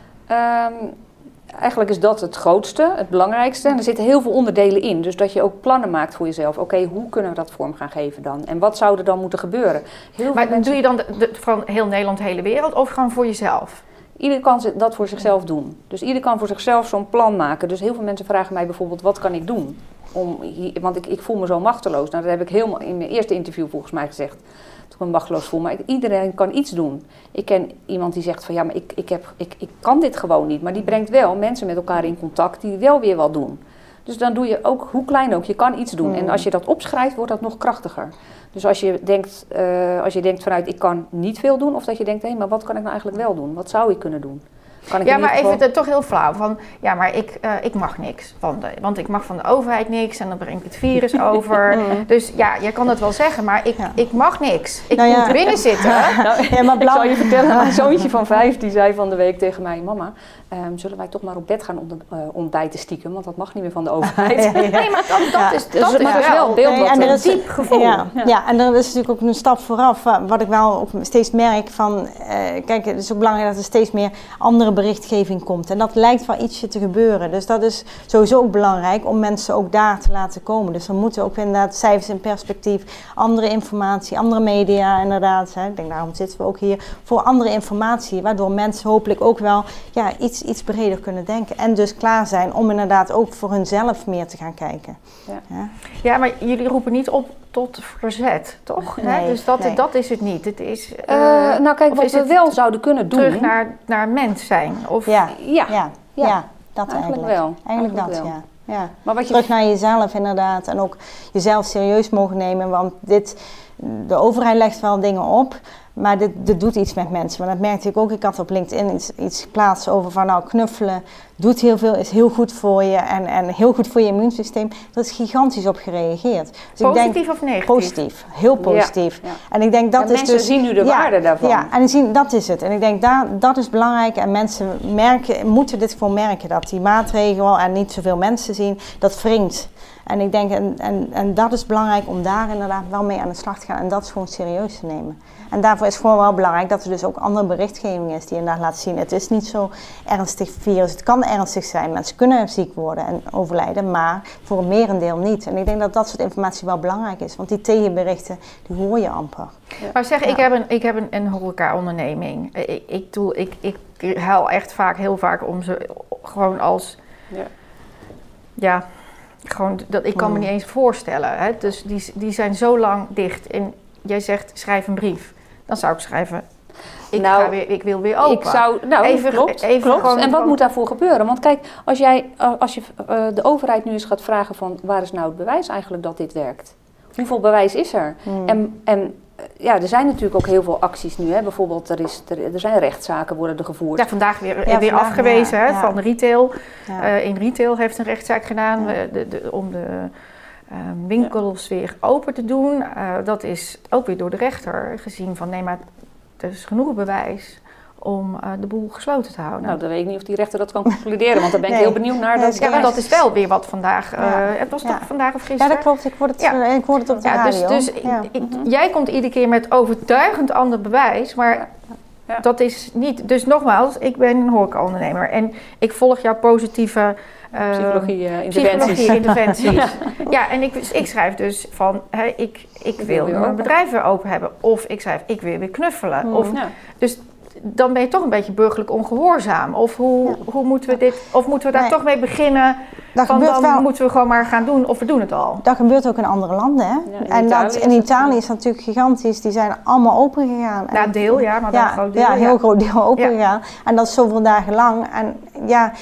Um, eigenlijk is dat het grootste, het belangrijkste. En er zitten heel veel onderdelen in. Dus dat je ook plannen maakt voor jezelf. Oké, okay, hoe kunnen we dat vorm gaan geven dan? En wat zou er dan moeten gebeuren? Heel Maar mensen... doe je dan de, de, van heel Nederland, de hele wereld of gewoon voor jezelf? Ieder kan dat voor zichzelf doen. Dus ieder kan voor zichzelf zo'n plan maken. Dus heel veel mensen vragen mij bijvoorbeeld, wat kan ik doen? Om, want ik, ik voel me zo machteloos. Nou, dat heb ik helemaal in mijn eerste interview volgens mij gezegd. Toen ik me machteloos voel. Maar ik, iedereen kan iets doen. Ik ken iemand die zegt van ja, maar ik, ik, heb, ik, ik kan dit gewoon niet. Maar die brengt wel mensen met elkaar in contact die wel weer wat doen. Dus dan doe je ook, hoe klein ook, je kan iets doen. Mm. En als je dat opschrijft, wordt dat nog krachtiger. Dus als je denkt, uh, als je denkt vanuit ik kan niet veel doen. Of dat je denkt, hé, hey, maar wat kan ik nou eigenlijk wel doen? Wat zou ik kunnen doen? Kan ik ja, maar geval... even het, toch heel flauw. Van, ja, maar ik, uh, ik mag niks. Van de, want ik mag van de overheid niks en dan breng ik het virus over. Mm. Dus ja, je kan het wel zeggen, maar ik, Ja. ik mag niks. Ik Nou ja. moet binnen zitten. Nou, Ja, maar ik zal je blauw- vertellen, mijn zoontje van vijf die zei van de week tegen mij, mama, um, zullen wij toch maar op bed gaan om de, uh, ontbijten stiekem, want dat mag niet meer van de overheid. Ja, ja, ja. Nee, maar dat, dat Ja. is, Dus, dat maar is dat is wel wel een beeld Nee, wat en er een is- diep gevoel. Ja, Ja. ja, en er is natuurlijk ook een stap vooraf, wa- wat ik wel ook steeds merk van, eh, kijk, het is ook belangrijk dat er steeds meer andere berichtgeving komt. En dat lijkt wel ietsje te gebeuren. Dus dat is sowieso ook belangrijk om mensen ook daar te laten komen. Dus er moeten ook inderdaad cijfers in perspectief, andere informatie, andere media inderdaad. Hè. Ik denk, daarom zitten we ook hier voor andere informatie, waardoor mensen hopelijk ook wel ja, iets, iets breder kunnen denken. En dus klaar zijn om inderdaad ook voor hunzelf meer te gaan kijken. Ja. Ja. Ja, maar jullie roepen niet op tot verzet, toch? Nee, Hè? Dus dat, nee. dat is het niet. Het is uh, Uh, nou kijk, of wat is we het wel zouden kunnen doen. terug naar, naar mens zijn. Of, Ja, Ja, ja, Ja. ja, dat Eigenlijk eigenlijk. wel. Eigenlijk Eigenlijk dat, wel. ja. ja. maar wat je Terug naar jezelf inderdaad en ook jezelf serieus mogen nemen, want dit, de overheid legt wel dingen op, maar dit, dit doet iets met mensen. Maar dat merkte ik ook, ik had op LinkedIn iets, iets geplaatst over van nou knuffelen doet heel veel, is heel goed voor je en, en heel goed voor je immuunsysteem. Er is gigantisch op gereageerd. Dus positief ik denk, of negatief? positief, heel positief. Ja, ja. En ik denk dat En is mensen dus, zien nu de ja, waarde daarvan. Ja, en die zien, dat is het. En ik denk dat, dat is belangrijk en mensen merken, moeten dit gewoon merken, dat die maatregel en niet zoveel mensen zien, dat wringt. En ik denk, en, en, en dat is belangrijk om daar inderdaad wel mee aan de slag te gaan en dat is gewoon serieus te nemen. En daarvoor is het gewoon wel belangrijk dat er dus ook andere berichtgeving is die inderdaad laat zien. Het is niet zo ernstig virus, het kan ernstig zijn, mensen kunnen ziek worden en overlijden, maar voor een merendeel niet. En ik denk dat dat soort informatie wel belangrijk is, want die tegenberichten, die hoor je amper. Ja. Maar zeg, Ja. ik heb een, ik heb een, een horeca-onderneming. Ik, ik, doe, ik, ik huil echt vaak, heel vaak om ze gewoon als, Ja. ja, gewoon, dat, ik kan me niet eens voorstellen. Hè? Dus die, die zijn zo lang dicht. En jij zegt, schrijf een brief. Dan zou ik schrijven, ik, Nou, ga weer, ik wil weer open. Ik zou, nou, Even- klopt, even klopt. gewoon- En wat gewoon- moet daarvoor gebeuren? Want kijk, als, jij, uh, als je uh, de overheid nu eens gaat vragen van waar is nou het bewijs eigenlijk dat dit werkt? Hoeveel bewijs is er? Hmm. En, en uh, ja, er zijn natuurlijk ook heel veel acties nu. Hè? Bijvoorbeeld, er, is, er, er zijn rechtszaken worden er gevoerd. Ja, vandaag weer, Ja, weer vandaag, afgewezen ja, hè, ja. van retail. Ja. Uh, in retail heeft een rechtszaak gedaan Ja. uh, de, de, om de uh, winkels weer open te doen. Uh, dat is ook weer door de rechter gezien van nee, maar er is genoeg bewijs om uh, de boel gesloten te houden. Nou, dan weet ik niet of die rechter dat kan concluderen, want daar ben ik Nee. heel benieuwd naar. Nee, dat dat ja, maar juist. dat is wel weer wat vandaag. Uh, Ja. Het was Ja. toch vandaag of Ja, gisteren? dat klopt. Ik hoor het, Ja. ik hoor het op de Ja, dus, radio. dus Ja. ik, ik- jij komt iedere keer met overtuigend ander bewijs, maar Ja. dat is niet. Dus nogmaals, ik ben een horecaondernemer en ik volg jouw positieve uh, Psychologie, uh, interventies. psychologie interventies. Ja, en ik, ik schrijf dus van, hè, ik, ik wil wil weer mijn open. bedrijf weer open hebben, of ik schrijf, ik wil weer knuffelen, Hmm. of Ja. dus. Dan ben je toch een beetje burgerlijk ongehoorzaam. Of hoe, Ja. hoe moeten we dit? Of moeten we daar Nee. toch mee beginnen? Dat Van gebeurt dan wel. moeten we gewoon maar gaan doen, of we doen het al. Dat gebeurt ook in andere landen, hè? in en Italië dat, is in het- Italië is dat natuurlijk gigantisch. Die zijn allemaal open gegaan. Nou, En- deel ja, maar wel ja, een groot deel. ja, een heel groot deel open Ja. gegaan. En dat is zoveel dagen lang. En ja,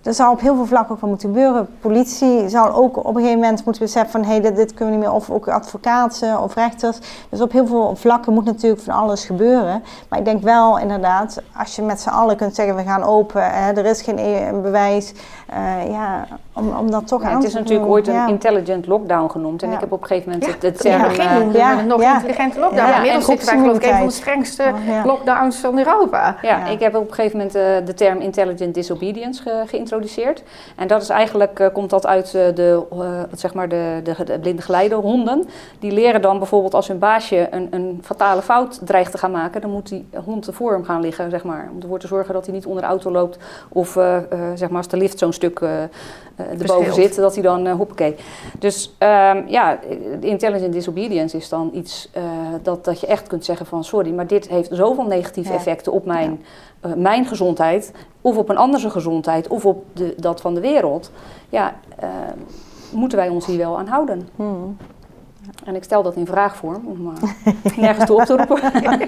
er zal op heel veel vlakken ook wel moeten gebeuren. Politie zal ook op een gegeven moment moeten beseffen van hé, hey, dit, dit kunnen we niet meer. Of ook advocaten of rechters. Dus op heel veel vlakken moet natuurlijk van alles gebeuren. Maar ik denk wel inderdaad, als je met z'n allen kunt zeggen we gaan open, hè, er is geen e- bewijs. Uh, ja, om, om dat toch ja, aan te Het is doen. natuurlijk ooit een ja. intelligent lockdown genoemd. En Ja. ik heb op een gegeven moment Ja, het, het in het term... begin uh, noemden ja, we het nog ja. intelligente lockdown. Ja, Inmiddels en zitten wij geloof ik een van de strengste Oh, ja. lockdowns van Europa. Ja, Ja. ik heb op een gegeven moment uh, de term intelligent disobedience ge- geïntroduceerd. En dat is eigenlijk, uh, komt dat uit uh, de, uh, zeg maar de, de, de blinde geleidehonden. Die leren dan bijvoorbeeld als hun baasje een, een fatale fout dreigt te gaan maken, dan moet die hond voor hem gaan liggen, zeg maar. Om ervoor te zorgen dat hij niet onder de auto loopt. Of uh, uh, zeg maar als de lift zo'n stuk uh, uh, erboven zit, dat hij dan uh, hoppakee. Dus um, ja, intelligent disobedience is dan iets uh, dat, dat je echt kunt zeggen van sorry, maar dit heeft zoveel negatieve Ja. effecten op mijn, uh, mijn gezondheid, of op een andere gezondheid, of op de, dat van de wereld. Ja, uh, moeten wij ons hier wel aan houden. Hmm. En ik stel dat in vraagvorm, om uh, nergens toe op te roepen.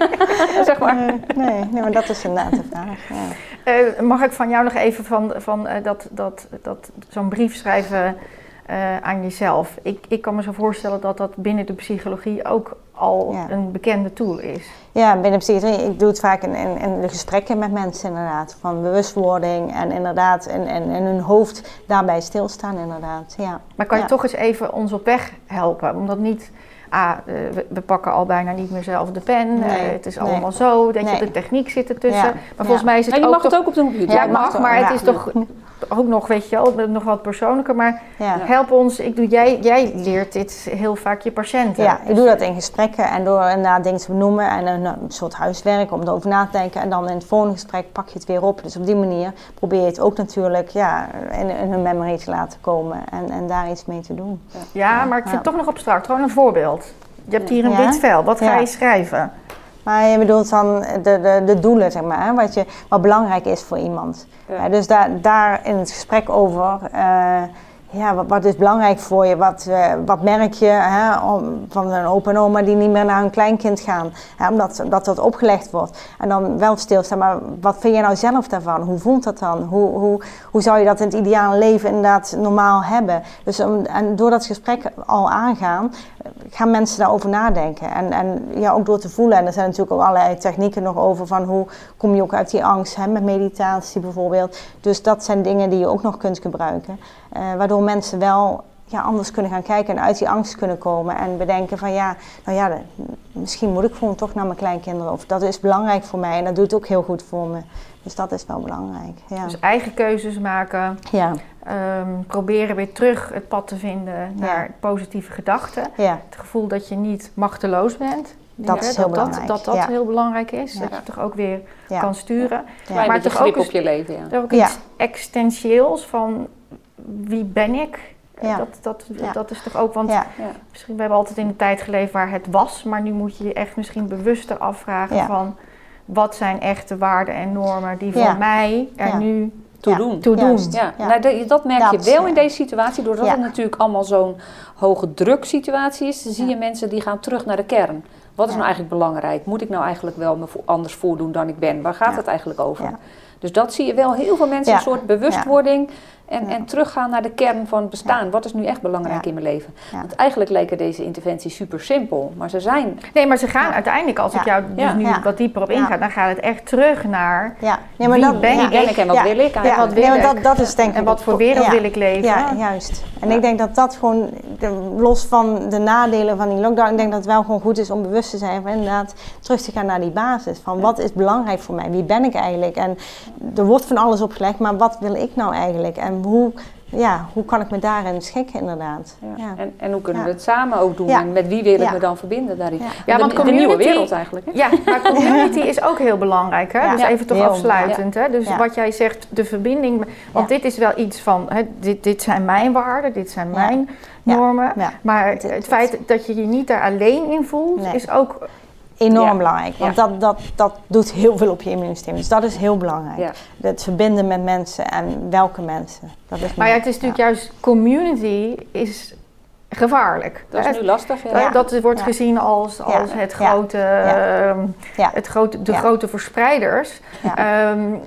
zeg maar. Uh, nee, nee, maar dat is inderdaad de vraag. Ja. Uh, mag ik van jou nog even van, van uh, dat, dat, dat, zo'n brief schrijven uh, aan jezelf? Ik, ik kan me zo voorstellen dat dat binnen de psychologie ook al Ja. een bekende tool is. Ja, binnen psychiatrie, ik doe het vaak in, in, in de gesprekken met mensen inderdaad. Van bewustwording en inderdaad in, in, in hun hoofd daarbij stilstaan inderdaad. Ja. Maar kan je Ja. toch eens even ons op weg helpen? Omdat niet, ah, uh, we, we pakken al bijna niet meer zelf de pen. Nee, uh, het is nee. allemaal zo, dat Nee. je de techniek zit ertussen. Ja. Maar volgens Ja. mij is het Maar je ook mag toch, het ook op de computer. Ja, Ja, het mag, mag maar wel, het ja. is toch ook nog, weet je wel, nog wat persoonlijker. Maar Ja. help ons, ik doe, jij, jij leert dit heel vaak je patiënten. Ja, ik doe dat in gesprekken en door inderdaad dingen te benoemen en een, een soort huiswerk om erover na te denken. En dan in het volgende gesprek pak je het weer op. Dus op die manier probeer je het ook natuurlijk ja, in, in hun memory te laten komen en, en daar iets mee te doen. Ja, maar ik vind het toch nog abstract. Gewoon een voorbeeld. Je hebt hier een Ja? wit vel. Wat ga Ja. je schrijven? Maar je bedoelt dan de, de, de doelen, zeg maar, hè, wat, je, wat belangrijk is voor iemand. Ja. Ja, dus daar, daar in het gesprek over, uh, ja, wat, wat is belangrijk voor je? Wat, uh, wat merk je hè, om, van een opa en oma die niet meer naar hun kleinkind gaan? Hè, omdat, omdat dat opgelegd wordt. En dan wel stilstaan, maar wat vind je nou zelf daarvan? Hoe voelt dat dan? Hoe, hoe, hoe zou je dat in het ideale leven inderdaad normaal hebben? Dus om, en door dat gesprek al aangaan, gaan mensen daarover nadenken. En, en ja, ook door te voelen. En er zijn natuurlijk ook allerlei technieken nog over van hoe kom je ook uit die angst, hè, met meditatie bijvoorbeeld. Dus dat zijn dingen die je ook nog kunt gebruiken. Uh, waardoor mensen wel ja, anders kunnen gaan kijken en uit die angst kunnen komen. En bedenken van ja, nou ja, de, misschien moet ik gewoon toch naar mijn kleinkinderen. Of dat is belangrijk voor mij en dat doet ook heel goed voor me. Dus dat is wel belangrijk. Ja. Dus eigen keuzes maken. Ja. Um, proberen weer terug het pad te vinden naar Ja. positieve gedachten. Ja. Het gevoel dat je niet machteloos bent. Dat Ja, is heel dat, belangrijk. Dat dat, Ja. heel belangrijk is. Ja. Dat je toch ook weer Ja. kan sturen. Ja. Maar Maar met toch grip ook op je leven, ja. Er is ook Ja. iets existentieels van wie ben ik? Ja. Dat, dat, Ja. dat is toch ook, want Ja. Ja. misschien we hebben altijd in de tijd geleefd waar het was, maar nu moet je je echt misschien bewuster afvragen Ja. van wat zijn echte waarden en normen die voor Ja. mij er Ja. nu Toe Ja. doen. toe doen. Juist. Ja, Ja. Nou, de- dat merk Dat, je wel ja. in deze situatie. Doordat Ja. het natuurlijk allemaal zo'n hoge druk situatie is, dan zie Ja. je mensen die gaan terug naar de kern. Wat is Ja. nou eigenlijk belangrijk? Moet ik nou eigenlijk wel me vo- anders voordoen dan ik ben? Waar gaat Ja. het eigenlijk over? Ja. Dus dat zie je wel heel veel mensen, Ja. een soort bewustwording en, Ja. en teruggaan naar de kern van het bestaan. Wat is nu echt belangrijk Ja. in mijn leven? Ja. Want eigenlijk lijken deze interventies super simpel, maar ze zijn... Nee, maar ze gaan Ja. uiteindelijk, als ik Ja. jou dus Ja. nu Ja. wat dieper op Ja. inga, dan gaat het echt terug naar Ja, ja maar Wie dat, ben ja. ik? Ben ik en wat Ja. wil ik Ja, eigenlijk? wat wil nee, maar ik? dat, dat is denk ik en wat het- voor wereld ja. wil ik leven. Ja, juist. En Ja. ik denk dat dat gewoon, de, los van de nadelen van die lockdown, ik denk dat het wel gewoon goed is om bewust te zijn van inderdaad terug te gaan naar die basis. Van Ja. wat is belangrijk voor mij? Wie ben ik eigenlijk? En er wordt van alles opgelegd, maar wat wil ik nou eigenlijk? En hoe, ja, hoe kan ik me daarin schikken inderdaad? Ja. Ja. En, en hoe kunnen Ja. we het samen ook doen? Ja. En met wie wil ik Ja. me dan verbinden daarin? Ja. Ja, de, want de nieuwe community- wereld eigenlijk. Hè? Ja, maar community is ook heel belangrijk. Hè? Ja. Dus even toch Heel. afsluitend. Hè? Dus Ja. wat jij zegt, de verbinding. Want Ja. dit is wel iets van, hè, dit, dit zijn mijn waarden, dit zijn Ja. mijn Ja. normen. Ja. Maar Dit- het dit- feit dat je je niet daar alleen in voelt, Nee. is ook... Enorm Ja. belangrijk, want Ja. dat, dat, dat doet heel veel op je immuunsysteem. Dus dat is heel belangrijk. Ja. Het verbinden met mensen en welke mensen. Dat is Maar ja, het is natuurlijk juist, community is gevaarlijk. Dat Hè? is nu lastig. Ja. Hè, Ja. Dat wordt Ja. gezien als, als Ja. het Ja. grote, Ja. ehm, Ja. het grote, de Ja. grote verspreiders. Ja. Ehm, Ja.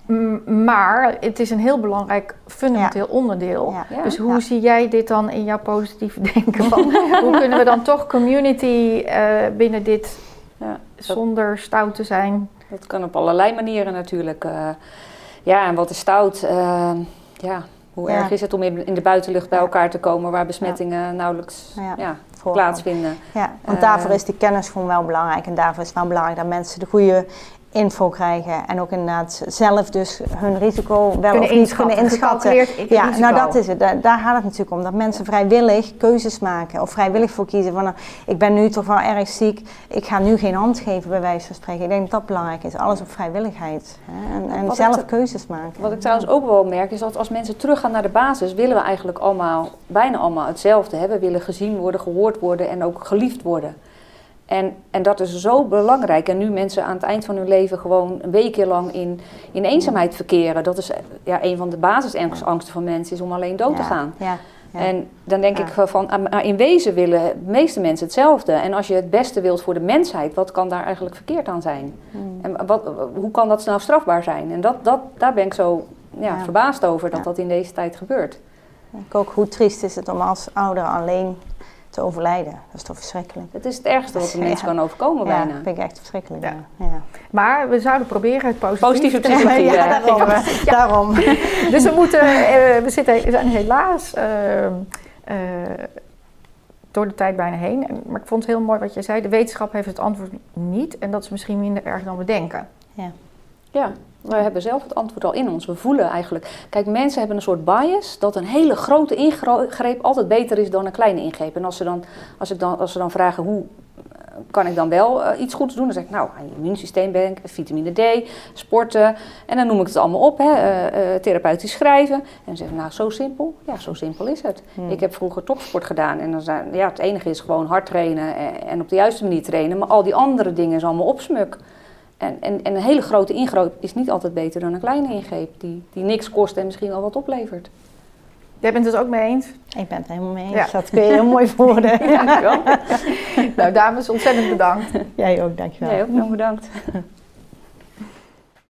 M- maar het is een heel belangrijk fundamenteel ja. onderdeel. Ja. Ja. Dus hoe Ja. zie jij dit dan in jouw positieve denken? Van, hoe kunnen we dan toch community uh, binnen dit, Ja, dat, zonder stout te zijn? dat kan op allerlei manieren natuurlijk. Uh, ja, en wat is stout? Uh, ja, hoe ja. erg is het om in, in de buitenlucht bij elkaar te komen waar besmettingen ja. nauwelijks ja. Ja, Voor plaatsvinden? Ja, want Uh, daarvoor is die kennis gewoon wel belangrijk. En daarvoor is het wel belangrijk dat mensen de goede info krijgen en ook inderdaad zelf dus hun risico wel Kunnen of niet kunnen inschatten. Ja, nou dat is het. Daar, daar gaat het natuurlijk om. Dat mensen vrijwillig keuzes maken of vrijwillig voor kiezen van nou, ik ben nu toch wel erg ziek, ik ga nu geen hand geven bij wijze van spreken. Ik denk dat dat belangrijk is. Alles op vrijwilligheid. Hè? En, en zelf ik, keuzes maken. Wat ik trouwens ook wel merk is dat als mensen teruggaan naar de basis, willen we eigenlijk allemaal, bijna allemaal hetzelfde. Hè? We willen gezien worden, gehoord worden en ook geliefd worden. En, en dat is zo belangrijk. En nu mensen aan het eind van hun leven gewoon een weekje lang in, in eenzaamheid verkeren. Dat is ja, een van de basisangsten van mensen, is om alleen dood ja, te gaan. Ja, ja. En dan denk ja. ik van, in wezen willen de meeste mensen hetzelfde. En als je het beste wilt voor de mensheid, wat kan daar eigenlijk verkeerd aan zijn? Hmm. En wat, hoe kan dat nou strafbaar zijn? En dat, dat, daar ben ik zo ja, ja. verbaasd over dat ja. dat in deze tijd gebeurt. Ik ook, hoe triest is het om als ouder alleen te overlijden. Dat is toch verschrikkelijk. Het is het ergste wat een mens ja. kan overkomen ja, bijna. Dat vind ik echt verschrikkelijk. Ja. Ja. Ja. Maar we zouden proberen het positief, positieve te psychologie. Ja, ja, daarom. we. Ja. daarom. Dus we moeten, uh, we, zitten, we zijn helaas uh, uh, door de tijd bijna heen. Maar ik vond het heel mooi wat je zei. De wetenschap heeft het antwoord niet. En dat is misschien minder erg dan we denken. Ja. Ja. We hebben zelf het antwoord al in ons. We voelen eigenlijk... Kijk, mensen hebben een soort bias dat een hele grote ingreep altijd beter is dan een kleine ingreep. En als ze dan, als ik dan, als ze dan vragen hoe kan ik dan wel uh, iets goeds doen, dan zeg ik nou, aan je immuunsysteem ben ik, vitamine D, sporten. En dan noem ik het allemaal op, hè, uh, uh, therapeutisch schrijven. En dan zeg ik nou, zo simpel? Ja, zo simpel is het. Hmm. Ik heb vroeger topsport gedaan en dan zijn, ja, het enige is gewoon hard trainen en, en op de juiste manier trainen. Maar al die andere dingen is allemaal opsmuk. En, en, en een hele grote ingreep is niet altijd beter dan een kleine ingreep die, die niks kost en misschien wel wat oplevert. Jij bent het ook mee eens? Ik ben het helemaal mee eens. Ja. Dat kun je heel mooi verwoorden. Ja, dankjewel. Nou, dames, ontzettend bedankt. Jij ook, dankjewel. Jij ook, nou bedankt.